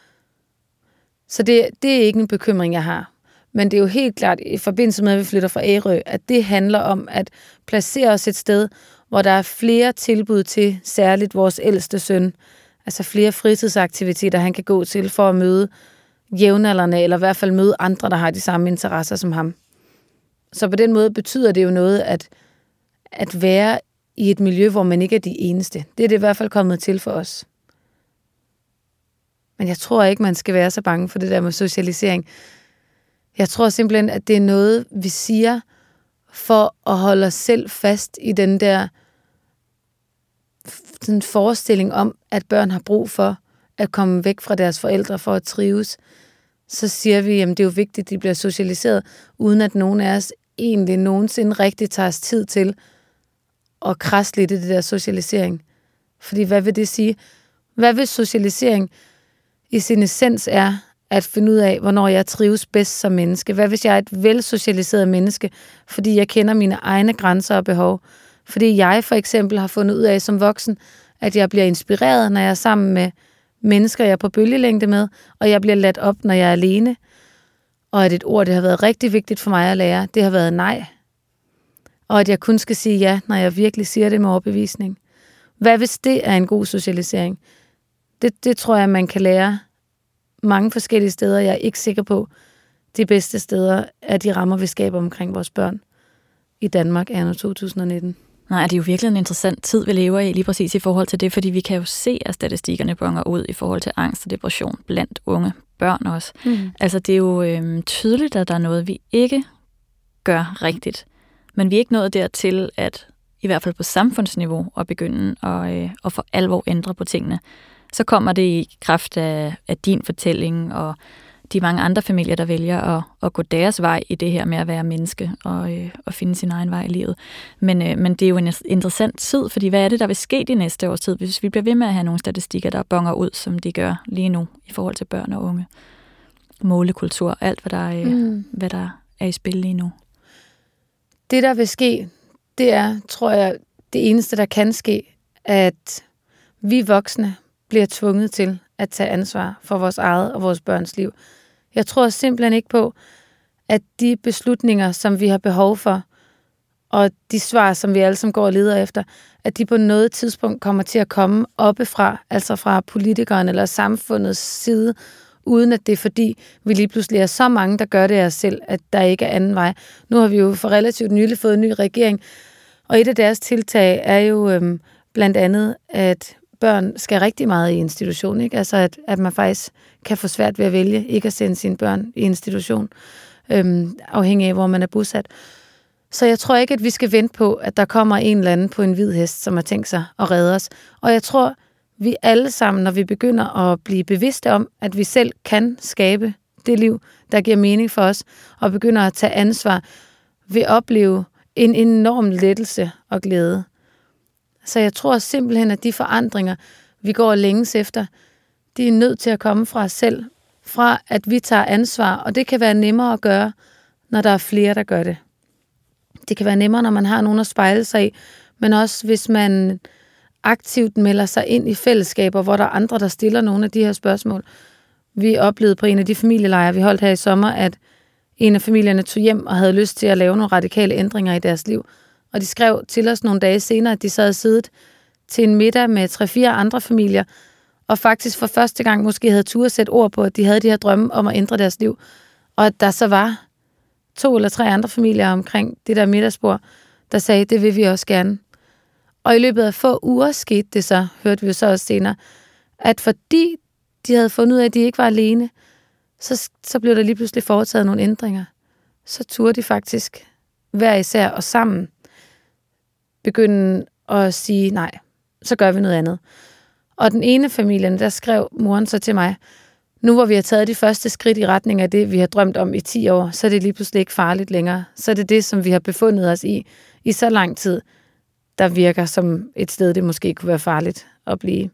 Så det, det er ikke en bekymring, jeg har. Men det er jo helt klart, i forbindelse med, at vi flytter fra Ærø, at det handler om at placere os et sted, hvor der er flere tilbud til, særligt vores ældste søn, altså flere fritidsaktiviteter, han kan gå til for at møde jævnaldrende, eller i hvert fald møde andre, der har de samme interesser som ham. Så på den måde betyder det jo noget, at, at være i et miljø, hvor man ikke er de eneste. Det er det i hvert fald kommet til for os. Men jeg tror ikke, man skal være så bange for det der med socialisering. Jeg tror simpelthen, at det er noget, vi siger for at holde os selv fast i den der sådan forestilling om, at børn har brug for at komme væk fra deres forældre for at trives. Så siger vi, at det er jo vigtigt, at de bliver socialiseret, uden at nogen af os egentlig nogensinde rigtig tager os tid til at krasse lidt i det der socialisering. Fordi hvad vil det sige? Hvad vil socialisering i sin essens er at finde ud af, hvornår jeg trives bedst som menneske? Hvad hvis jeg er et velsocialiseret menneske, fordi jeg kender mine egne grænser og behov? Fordi jeg for eksempel har fundet ud af som voksen, at jeg bliver inspireret, når jeg er sammen med mennesker, jeg er på bølgelængde med, og jeg bliver ladt op, når jeg er alene. Og at et ord, det har været rigtig vigtigt for mig at lære, det har været nej. Og at jeg kun skal sige ja, når jeg virkelig siger det med overbevisning. Hvad hvis det er en god socialisering? Det, det tror jeg, man kan lære mange forskellige steder. Jeg er ikke sikker på, de bedste steder er de rammer, vi skaber omkring vores børn i Danmark anno to tusind nitten. Nej, det er jo virkelig en interessant tid, vi lever i, lige præcis i forhold til det, fordi vi kan jo se, at statistikkerne bonger ud i forhold til angst og depression blandt unge børn også. Mm. Altså, det er jo øhm, tydeligt, at der er noget, vi ikke gør rigtigt. Men vi er ikke nået dertil, at i hvert fald på samfundsniveau, at begynde at, øh, at for alvor ændre på tingene. Så kommer det i kraft af, af din fortælling og de mange andre familier, der vælger at, at gå deres vej i det her med at være menneske og, øh, og finde sin egen vej i livet. Men, øh, men det er jo en interessant tid, fordi hvad er det, der vil ske de næste års tid, hvis vi bliver ved med at have nogle statistikker, der bonger ud, som de gør lige nu i forhold til børn og unge? Målekultur, alt hvad der, øh, mm. hvad der er i spil lige nu. Det, der vil ske, det er, tror jeg, det eneste, der kan ske, at vi voksne bliver tvunget til at tage ansvar for vores eget og vores børns liv. Jeg tror simpelthen ikke på, at de beslutninger, som vi har behov for, og de svar, som vi alle sammen går og leder efter, at de på noget tidspunkt kommer til at komme oppefra, altså fra politikeren eller samfundets side, uden at det er fordi, vi lige pludselig er så mange, der gør det af os selv, at der ikke er anden vej. Nu har vi jo for relativt nylig fået en ny regering, og et af deres tiltag er jo øhm, blandt andet, at børn skal rigtig meget i institution, ikke? Altså at, at man faktisk kan få svært ved at vælge ikke at sende sine børn i institution, øhm, afhængig af, hvor man er bosat. Så jeg tror ikke, at vi skal vente på, at der kommer en eller anden på en hvid hest, som har tænkt sig at redde os. Og jeg tror, vi alle sammen, når vi begynder at blive bevidste om, at vi selv kan skabe det liv, der giver mening for os, og begynder at tage ansvar, vil opleve en enorm lettelse og glæde. Så jeg tror simpelthen, at de forandringer, vi går og længes efter, de er nødt til at komme fra os selv, fra at vi tager ansvar, og det kan være nemmere at gøre, når der er flere, der gør det. Det kan være nemmere, når man har nogen at spejle sig i, men også hvis man aktivt melder sig ind i fællesskaber, hvor der er andre, der stiller nogle af de her spørgsmål. Vi oplevede på en af de familielejre, vi holdt her i sommer, at en af familierne tog hjem og havde lyst til at lave nogle radikale ændringer i deres liv. Og de skrev til os nogle dage senere, at de så havde siddet til en middag med tre-fire andre familier, og faktisk for første gang måske havde tur at sætte ord på, at de havde de her drømme om at ændre deres liv. Og at der så var to eller tre andre familier omkring det der middagsbord, der sagde, det vil vi også gerne. Og i løbet af få uger skete det så, hørte vi jo så også senere, at fordi de havde fundet ud af, at de ikke var alene, så, så blev der lige pludselig foretaget nogle ændringer. Så turde de faktisk hver især og sammen begynde at sige nej, så gør vi noget andet. Og den ene familien, der skrev moren så til mig, nu hvor vi har taget de første skridt i retning af det, vi har drømt om i ti år, så er det lige pludselig ikke farligt længere. Så er det det, som vi har befundet os i i så lang tid, der virker som et sted, det måske kunne være farligt at blive.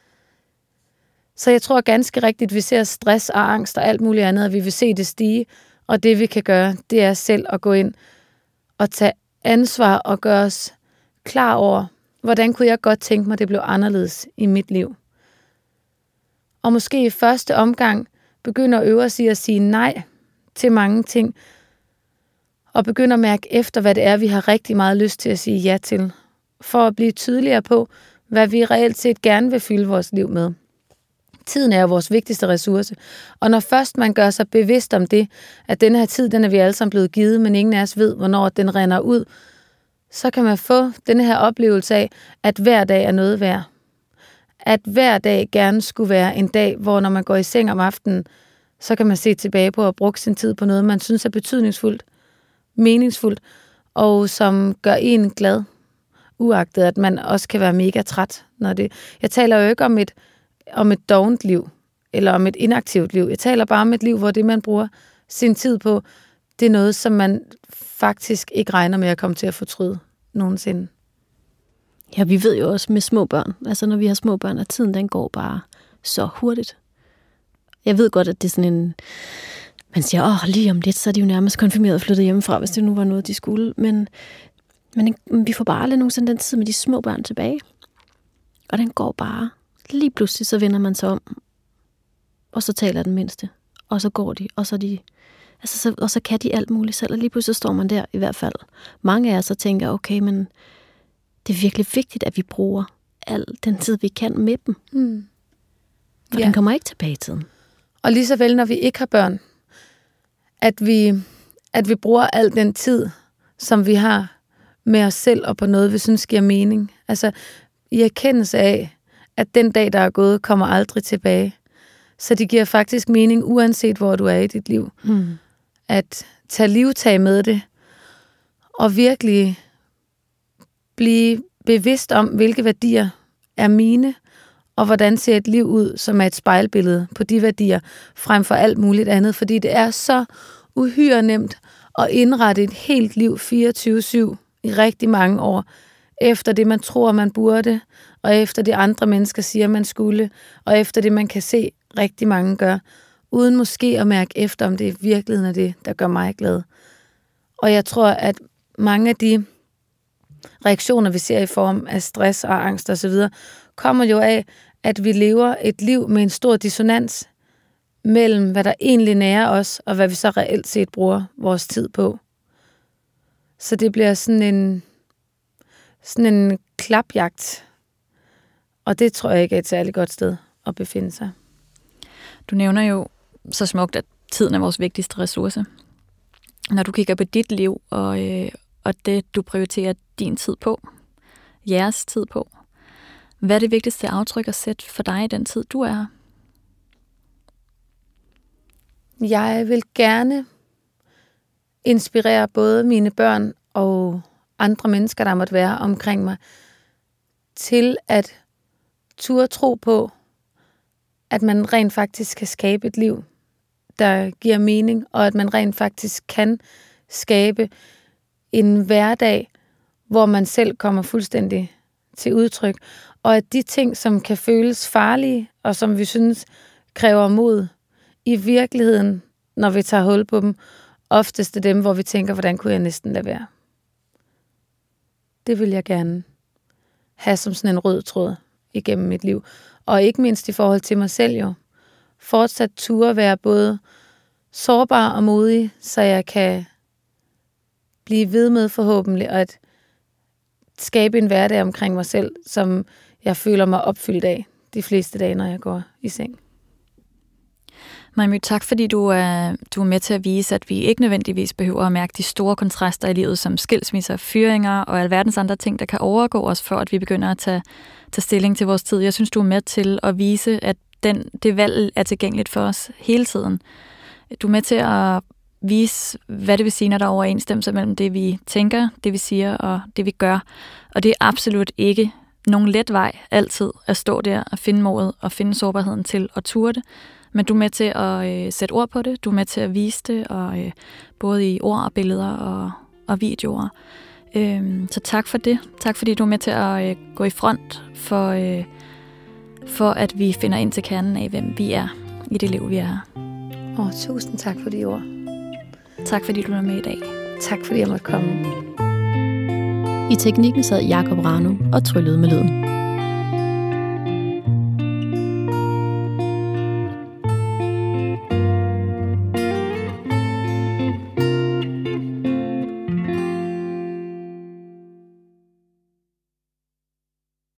Så jeg tror ganske rigtigt, at vi ser stress og angst og alt muligt andet, at vi vil se det stige, og det vi kan gøre, det er selv at gå ind og tage ansvar og gøre os klar over, hvordan kunne jeg godt tænke mig, det blev anderledes i mit liv. Og måske i første omgang begynde at øve os i at sige nej til mange ting, og begynde at mærke efter, hvad det er, vi har rigtig meget lyst til at sige ja til, for at blive tydeligere på, hvad vi reelt set gerne vil fylde vores liv med. Tiden er vores vigtigste ressource, og når først man gør sig bevidst om det, at den her tid, den er vi alle sammen blevet givet, men ingen af os ved, hvornår den render ud, så kan man få den her oplevelse af, at hver dag er noget værd. At hver dag gerne skulle være en dag, hvor når man går i seng om aftenen, så kan man se tilbage på at bruge sin tid på noget, man synes er betydningsfuldt, meningsfuldt, og som gør en glad, uagtet at man også kan være mega træt. Når det. Jeg taler jo ikke om et, om et dovent liv, eller om et inaktivt liv. Jeg taler bare om et liv, hvor det, man bruger sin tid på, det er noget, som man faktisk ikke regner med at komme til at fortryde nogensinde. Ja, vi ved jo også med små børn, altså når vi har små børn, at tiden den går bare så hurtigt. Jeg ved godt, at det er sådan en, man siger, åh, lige om lidt, så er de jo nærmest konfirmeret og flyttet hjemmefra, hvis det nu var noget, de skulle, men, men vi får bare aldrig nogensinde den tid med de små børn tilbage. Og den går bare, lige pludselig så vender man sig om, og så taler den mindste, og så går de, og så er de Altså, så, og så kan de alt muligt selv, og lige pludselig står man der i hvert fald. Mange af os så tænker, okay, men det er virkelig vigtigt, at vi bruger al den tid, vi kan med dem. Mm. For Ja. den kommer ikke tilbage i tiden. Og lige så vel, når vi ikke har børn, at vi, at vi bruger al den tid, som vi har med os selv og på noget, vi synes giver mening. Altså i erkendelse af, at den dag, der er gået, kommer aldrig tilbage. Så det giver faktisk mening, uanset hvor du er i dit liv. Mm. At tage livtag med det, og virkelig blive bevidst om, hvilke værdier er mine, og hvordan ser et liv ud, som er et spejlbillede på de værdier, frem for alt muligt andet. Fordi det er så uhyre nemt at indrette et helt liv fireogtyve syv i rigtig mange år, efter det, man tror, man burde, og efter det, andre mennesker siger, man skulle, og efter det, man kan se, rigtig mange gør, uden måske at mærke efter, om det i virkeligheden er det, der gør mig glad. Og jeg tror, at mange af de reaktioner, vi ser i form af stress og angst osv., kommer jo af, at vi lever et liv med en stor dissonans mellem, hvad der egentlig nærer os, og hvad vi så reelt set bruger vores tid på. Så det bliver sådan en, sådan en klapjagt, og det tror jeg ikke er et særligt godt sted at befinde sig. Du nævner jo så smukt, at tiden er vores vigtigste ressource. Når du kigger på dit liv, og, øh, og det, du prioriterer din tid på, jeres tid på, hvad er det vigtigste aftryk at sætte for dig i den tid, du er her? Jeg vil gerne inspirere både mine børn og andre mennesker, der måtte være omkring mig, til at turde tro på, at man rent faktisk kan skabe et liv, der giver mening, og at man rent faktisk kan skabe en hverdag, hvor man selv kommer fuldstændig til udtryk, og at de ting, som kan føles farlige, og som vi synes kræver mod, i virkeligheden, når vi tager hul på dem, oftest er dem, hvor vi tænker, hvordan kunne jeg næsten lade være. Det vil jeg gerne have som sådan en rød tråd igennem mit liv. Og ikke mindst i forhold til mig selv jo. Fortsat ture være både sårbar og modig, så jeg kan blive ved med forhåbentlig, og at skabe en hverdag omkring mig selv, som jeg føler mig opfyldt af de fleste dage, når jeg går i seng. Maja Mø, tak fordi du er, du er med til at vise, at vi ikke nødvendigvis behøver at mærke de store kontraster i livet, som skilsmisser, fyringer og alverdens andre ting, der kan overgå os, for at vi begynder at tage, tage stilling til vores tid. Jeg synes, du er med til at vise, at den, det valg er tilgængeligt for os hele tiden. Du er med til at vise, hvad det vil sige, når der er overensstemmelse mellem det, vi tænker, det vi siger og det, vi gør. Og det er absolut ikke nogen let vej altid at stå der og finde modet og finde sårbarheden til at ture det. Men du er med til at øh, sætte ord på det, du er med til at vise det, og øh, både i ord og billeder og, og videoer. Øh, så tak for det. Tak fordi du er med til at øh, gå i front for, øh, for, at vi finder ind til kernen af, hvem vi er i det liv, vi er her. Åh, oh, tusind tak for de ord. Tak fordi du er med i dag. Tak fordi jeg måtte komme. I teknikken sad Jakob Rano og tryllede med lyden.